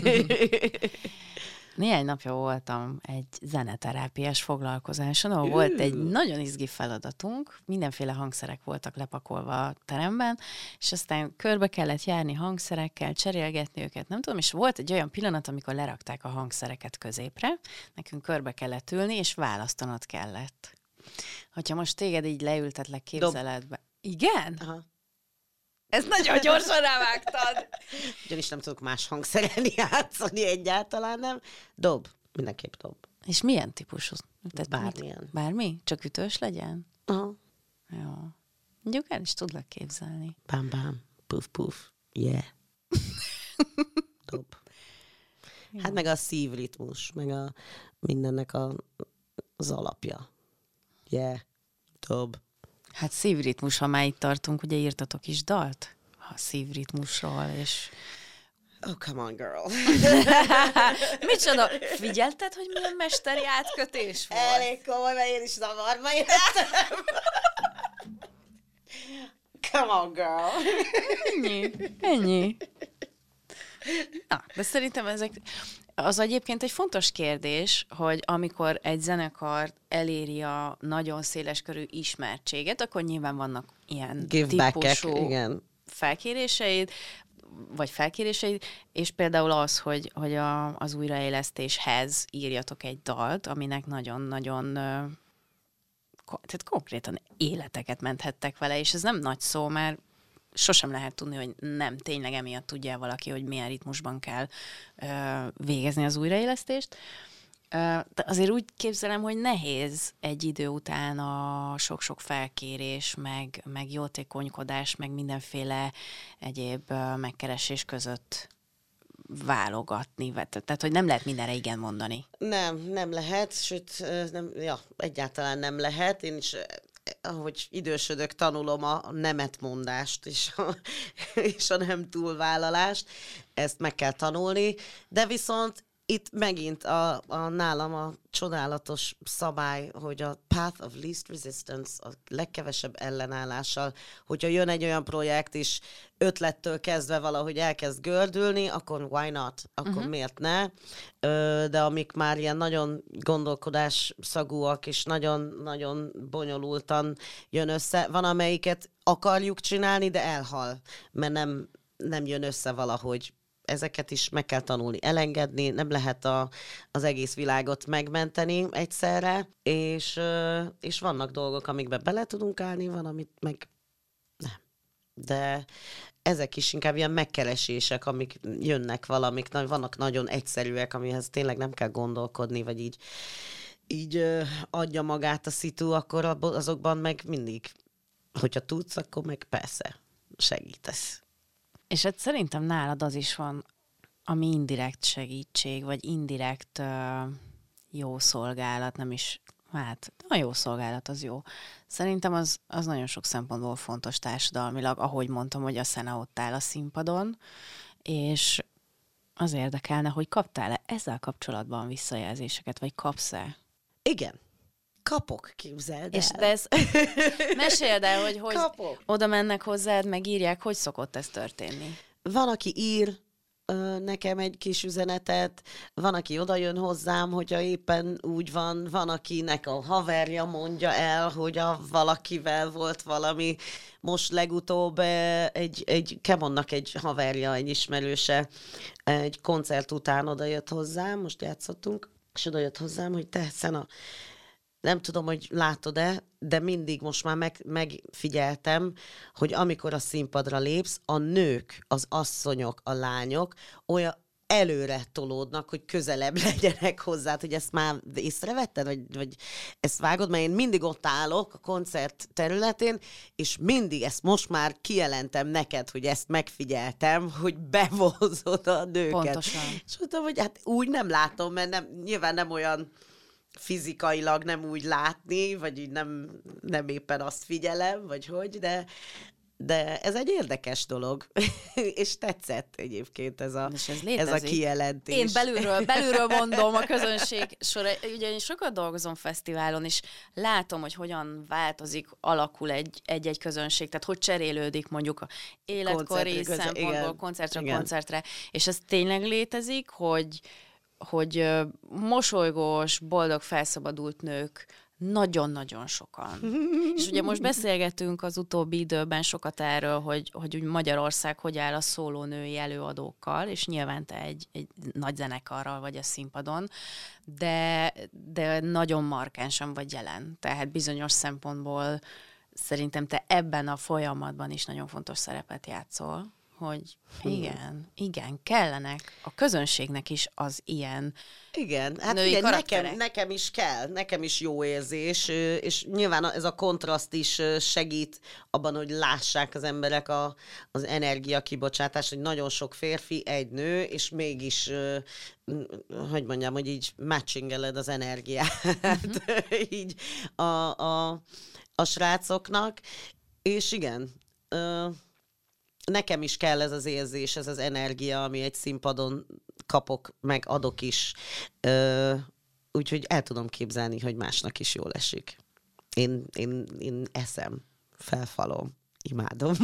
Néhány napja voltam egy zeneterápiás foglalkozáson, ahol volt egy nagyon izgi feladatunk, mindenféle hangszerek voltak lepakolva a teremben, és aztán körbe kellett járni hangszerekkel, cserélgetni őket, nem tudom, és volt egy olyan pillanat, amikor lerakták a hangszereket középre, nekünk körbe kellett ülni, és választanod kellett. Hogyha most téged így leültetlek képzeletbe. Igen? Aha. Ez nagyon gyorsan rávágtad. Ugyanis nem tudok más hangszerelni játszani egyáltalán, nem. Dob. Mindenképp dob. És milyen típusú? Tehát bármilyen. Mit? Bármi? Csak ütős legyen? Aha. Jó. Mondjuk el is tudlak képzelni. Bám, bám. Puff, puff. Yeah. Dob. Jó. Hát meg a szívritmus, meg a mindennek a, az alapja. Yeah. Dob. Hát szívritmus, ha már itt tartunk, ugye írtatok is dalt a szívritmusról, és... Oh, come on, girl. Micsoda? Figyelted, hogy milyen mesteri átkötés volt? Elég komoly, mert én is zavarba jöttem. Come on, girl. Ennyi. Ennyi. Na, de szerintem ezek... Az egyébként egy fontos kérdés, hogy amikor egy zenekar eléri a nagyon széleskörű ismertséget, akkor nyilván vannak ilyen Give típusú igen. felkéréseid, vagy felkéréseid, és például az, hogy, hogy a, az újraélesztéshez írjatok egy dalt, aminek nagyon-nagyon, tehát konkrétan életeket menthettek vele, és ez nem nagy szó, mert sosem lehet tudni, hogy nem tényleg emiatt tudja valaki, hogy milyen ritmusban kell ö, végezni az újraélesztést. Ö, de azért úgy képzelem, hogy nehéz egy idő után a sok-sok felkérés, meg, meg jótékonykodás, meg mindenféle egyéb ö, megkeresés között válogatni. Tehát, hogy nem lehet mindenre igen mondani. Nem, nem lehet, sőt, nem, ja, egyáltalán nem lehet. Én is... ahogy idősödök, tanulom a nemetmondást és a, és a nem túlvállalást. Ezt meg kell tanulni, de viszont itt megint a, a nálam a csodálatos szabály, hogy a path of least resistance, a legkevesebb ellenállással, hogyha jön egy olyan projekt is, ötlettől kezdve valahogy elkezd gördülni, akkor why not? Akkor uh-huh. miért ne? Ö, de amik már ilyen nagyon gondolkodás szagúak, és nagyon-nagyon bonyolultan jön össze, van amelyiket akarjuk csinálni, de elhal, mert nem, nem jön össze valahogy. Ezeket is meg kell tanulni elengedni, nem lehet a, az egész világot megmenteni egyszerre, és, és vannak dolgok, amikbe bele tudunk állni, van, amit meg nem. De ezek is inkább ilyen megkeresések, amik jönnek valamik, vannak nagyon egyszerűek, amihez tényleg nem kell gondolkodni, vagy így, így adja magát a szitu, akkor azokban meg mindig, hogyha tudsz, akkor meg persze segítesz. És hát szerintem nálad az is van, ami indirekt segítség, vagy indirekt uh, jó szolgálat, nem is, hát a jó szolgálat az jó. Szerintem az, az nagyon sok szempontból fontos társadalmilag, ahogy mondtam, hogy a Szene ott áll a színpadon, és az érdekelne, hogy kaptál-e ezzel kapcsolatban visszajelzéseket, vagy kapsz-e? Igen. Kapok, képzeld el. És de ez, meséld el, hogy, hogy Kapok. oda mennek hozzád, meg írják, hogy szokott ez történni? Van, aki ír ö, nekem egy kis üzenetet, van, aki oda jön hozzám, hogyha éppen úgy van, van, akinek a haverja mondja el, hogy a valakivel volt valami. Most legutóbb egy, egy Kemonnak egy haverja, egy ismerőse, egy koncert után oda jött hozzám, most játszottunk, és oda jött hozzám, hogy te, Szena, nem tudom, hogy látod-e, de mindig most már meg, megfigyeltem, hogy amikor a színpadra lépsz, a nők, az asszonyok, a lányok olyan előre tolódnak, hogy közelebb legyenek hozzád, hogy ezt már észrevetted, vagy, vagy ezt vágod, mert én mindig ott állok a koncert területén, és mindig ezt most már kijelentem neked, hogy ezt megfigyeltem, hogy bevonzod a nőket. Pontosan. És mondtam, hogy hát úgy nem látom, mert nem, nyilván nem olyan fizikailag nem úgy látni, vagy így nem, nem éppen azt figyelem, vagy hogy, de, de ez egy érdekes dolog. És tetszett egyébként ez a, ez, ez a kijelentés. Én belülről, belülről mondom a közönség sorra. Ugye én sokat dolgozom fesztiválon, és látom, hogy hogyan változik, alakul egy, egy-egy közönség, tehát hogy cserélődik mondjuk a életkori szempontból, koncertről igen. koncertre. És ez tényleg létezik, hogy hogy mosolygós, boldog, felszabadult nők nagyon-nagyon sokan. És ugye most beszélgetünk az utóbbi időben sokat erről, hogy, hogy úgy Magyarország hogy áll a szólónői előadókkal, és nyilván te egy, egy nagy zenekarral vagy a színpadon, de, de nagyon markánsan vagy jelen. Tehát bizonyos szempontból szerintem te ebben a folyamatban is nagyon fontos szerepet játszol, hogy igen, igen, kellenek a közönségnek is az ilyen igen, hát női igen, karakterek. nekem, nekem is kell, nekem is jó érzés, és nyilván ez a kontraszt is segít abban, hogy lássák az emberek a, az energiakibocsátást, hogy nagyon sok férfi, egy nő, és mégis, hogy mondjam, hogy így matchingeled az energiát uh-huh. így a, a, a srácoknak, és igen, nekem is kell ez az érzés, ez az energia, ami egy színpadon kapok, meg adok is. Ö, úgyhogy el tudom képzelni, hogy másnak is jól esik. Én, én, én eszem, felfalom, imádom.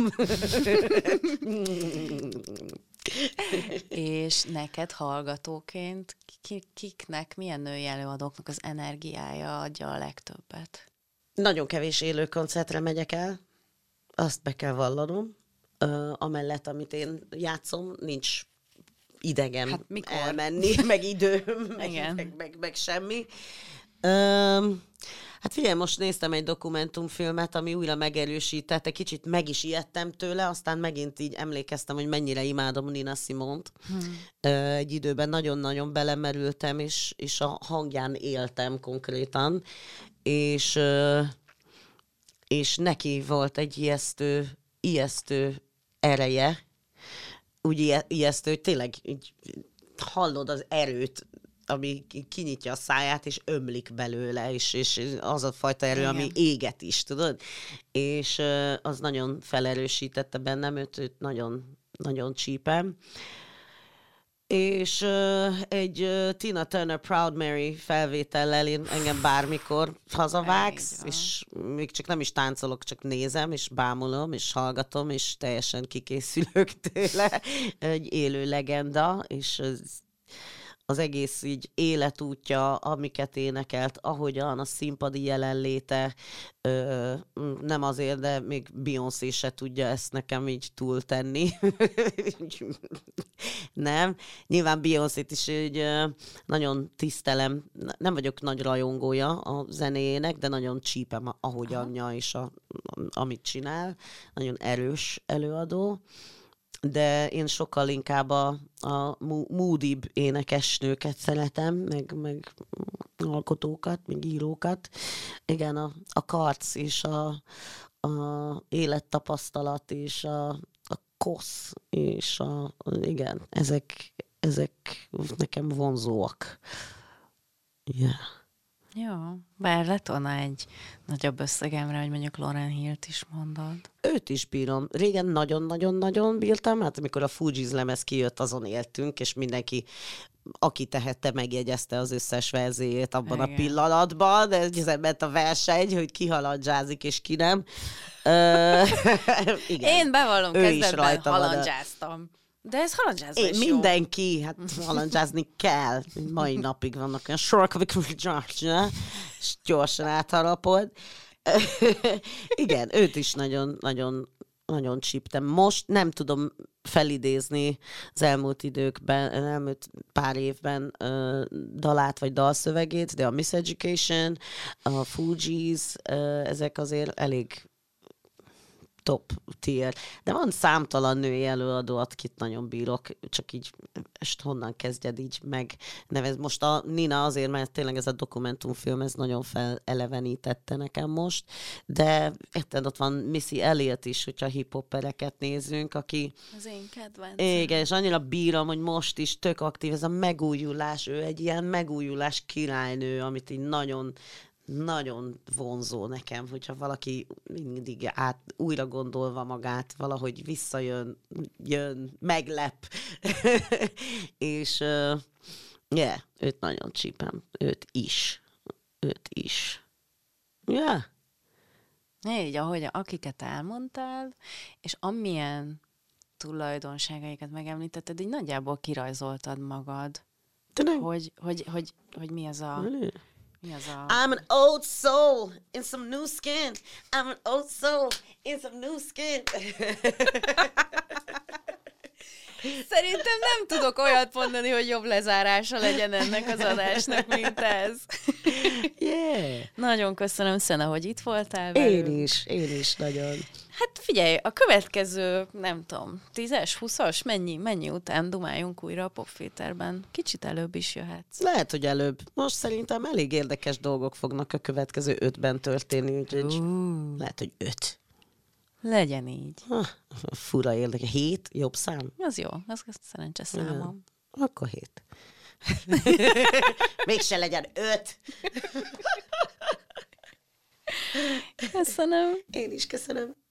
És neked hallgatóként kiknek, milyen női előadóknak az energiája adja a legtöbbet? Nagyon kevés élő koncertre megyek el, azt be kell vallanom. Uh, amellett, amit én játszom, nincs idegem hát elmenni, meg időm, meg, meg, meg, meg semmi. Uh, hát figyelj, most néztem egy dokumentumfilmet, ami újra megerősített, egy kicsit meg is ijedtem tőle, aztán megint így emlékeztem, hogy mennyire imádom Nina Simont. Hmm. Uh, egy időben nagyon-nagyon belemerültem, és, és a hangján éltem konkrétan, és, uh, és neki volt egy ijesztő, ijesztő ereje, úgy ijesztő, hogy tényleg így hallod az erőt, ami kinyitja a száját, és ömlik belőle, és, és az a fajta erő, igen. ami éget is, tudod? És az nagyon felerősítette bennem, őt, őt nagyon, nagyon csípem. És uh, egy uh, Tina Turner Proud Mary felvétellel én engem bármikor hazavágsz, és még csak nem is táncolok, csak nézem, és bámulom, és hallgatom, és teljesen kikészülök tőle. Egy élő legenda, és az, az egész így életútja, amiket énekelt, ahogyan a színpadi jelenléte, ö, nem azért, de még Beyoncé se tudja ezt nekem így túltenni. Nem. Nyilván Beyoncét is így nagyon tisztelem. Nem vagyok nagy rajongója a zenéjének, de nagyon csípem, ahogy anyja is, a, amit csinál. Nagyon erős előadó. De én sokkal inkább a, a moodibb énekesnőket szeretem, meg, meg alkotókat, meg írókat. Igen, a, a karc és a, a élettapasztalat és a, a kosz és a, igen, ezek, ezek nekem vonzóak. Yeah. Jó, bár lett volna egy nagyobb összegemre, hogy mondjuk Lauryn Hill-t is mondod. Őt is bírom. Régen nagyon-nagyon-nagyon bírtam, hát amikor a Fugees lemez kijött, azon éltünk, és mindenki, aki tehette, megjegyezte az összes verzéjét abban Igen. a pillanatban, de ez ment a verseny, hogy ki halandzsázik, és ki nem. uh, igen. Én bevallom, kezdetben halandzsáztam. De ez halandzsázva is jó. Mindenki, hát halandzsázni kell. Mai napig vannak olyan sorok, amikor és gyorsan átharapod. Igen, őt is nagyon, nagyon, nagyon csíptem. Most nem tudom felidézni az elmúlt időkben, az elmúlt pár évben uh, dalát vagy dalszövegét, de a Miseducation, a Fugees, uh, ezek azért elég top tier. De van számtalan női előadó, akit nagyon bírok, csak így, ezt honnan kezdjed így meg nevez. Most a Nina azért, mert tényleg ez a dokumentumfilm, ez nagyon felelevenítette nekem most, de érted, ott van Missy Elliott is, hogyha hip-hoppereket nézünk, aki... Az én kedvencem. Igen, és annyira bírom, hogy most is tök aktív, ez a megújulás, ő egy ilyen megújulás királynő, amit így nagyon nagyon vonzó nekem, hogyha valaki mindig át, újra gondolva magát, valahogy visszajön, jön, meglep. És uh, yeah, őt nagyon csípem. Őt is. Őt is. Yeah. Így, ahogy akiket elmondtál, és amilyen tulajdonságaikat megemlítetted, így nagyjából kirajzoltad magad. Hogy, hogy, hogy, hogy mi az a... Really? Mi az a... I'm an old soul in some new skin. I'm an old soul in some new skin. Szerintem nem tudok olyat mondani, hogy jobb lezárása legyen ennek az adásnak, mint ez. Yeah. Nagyon köszönöm, Szena, hogy itt voltál velünk. Én is, én is nagyon. Hát figyelj, a következő, nem tudom, tízes, huszas, mennyi, mennyi után dumáljunk újra a Popfilterben. Kicsit előbb is jöhetsz. Lehet, hogy előbb. Most szerintem elég érdekes dolgok fognak a következő ötben történni, úgyhogy uh. lehet, hogy öt. Legyen így. Ha, fura érdekes. Hét? Jobb szám? Az jó, az szerencsés számom. Akkor hét. Mégse legyen öt. Köszönöm. Én is köszönöm.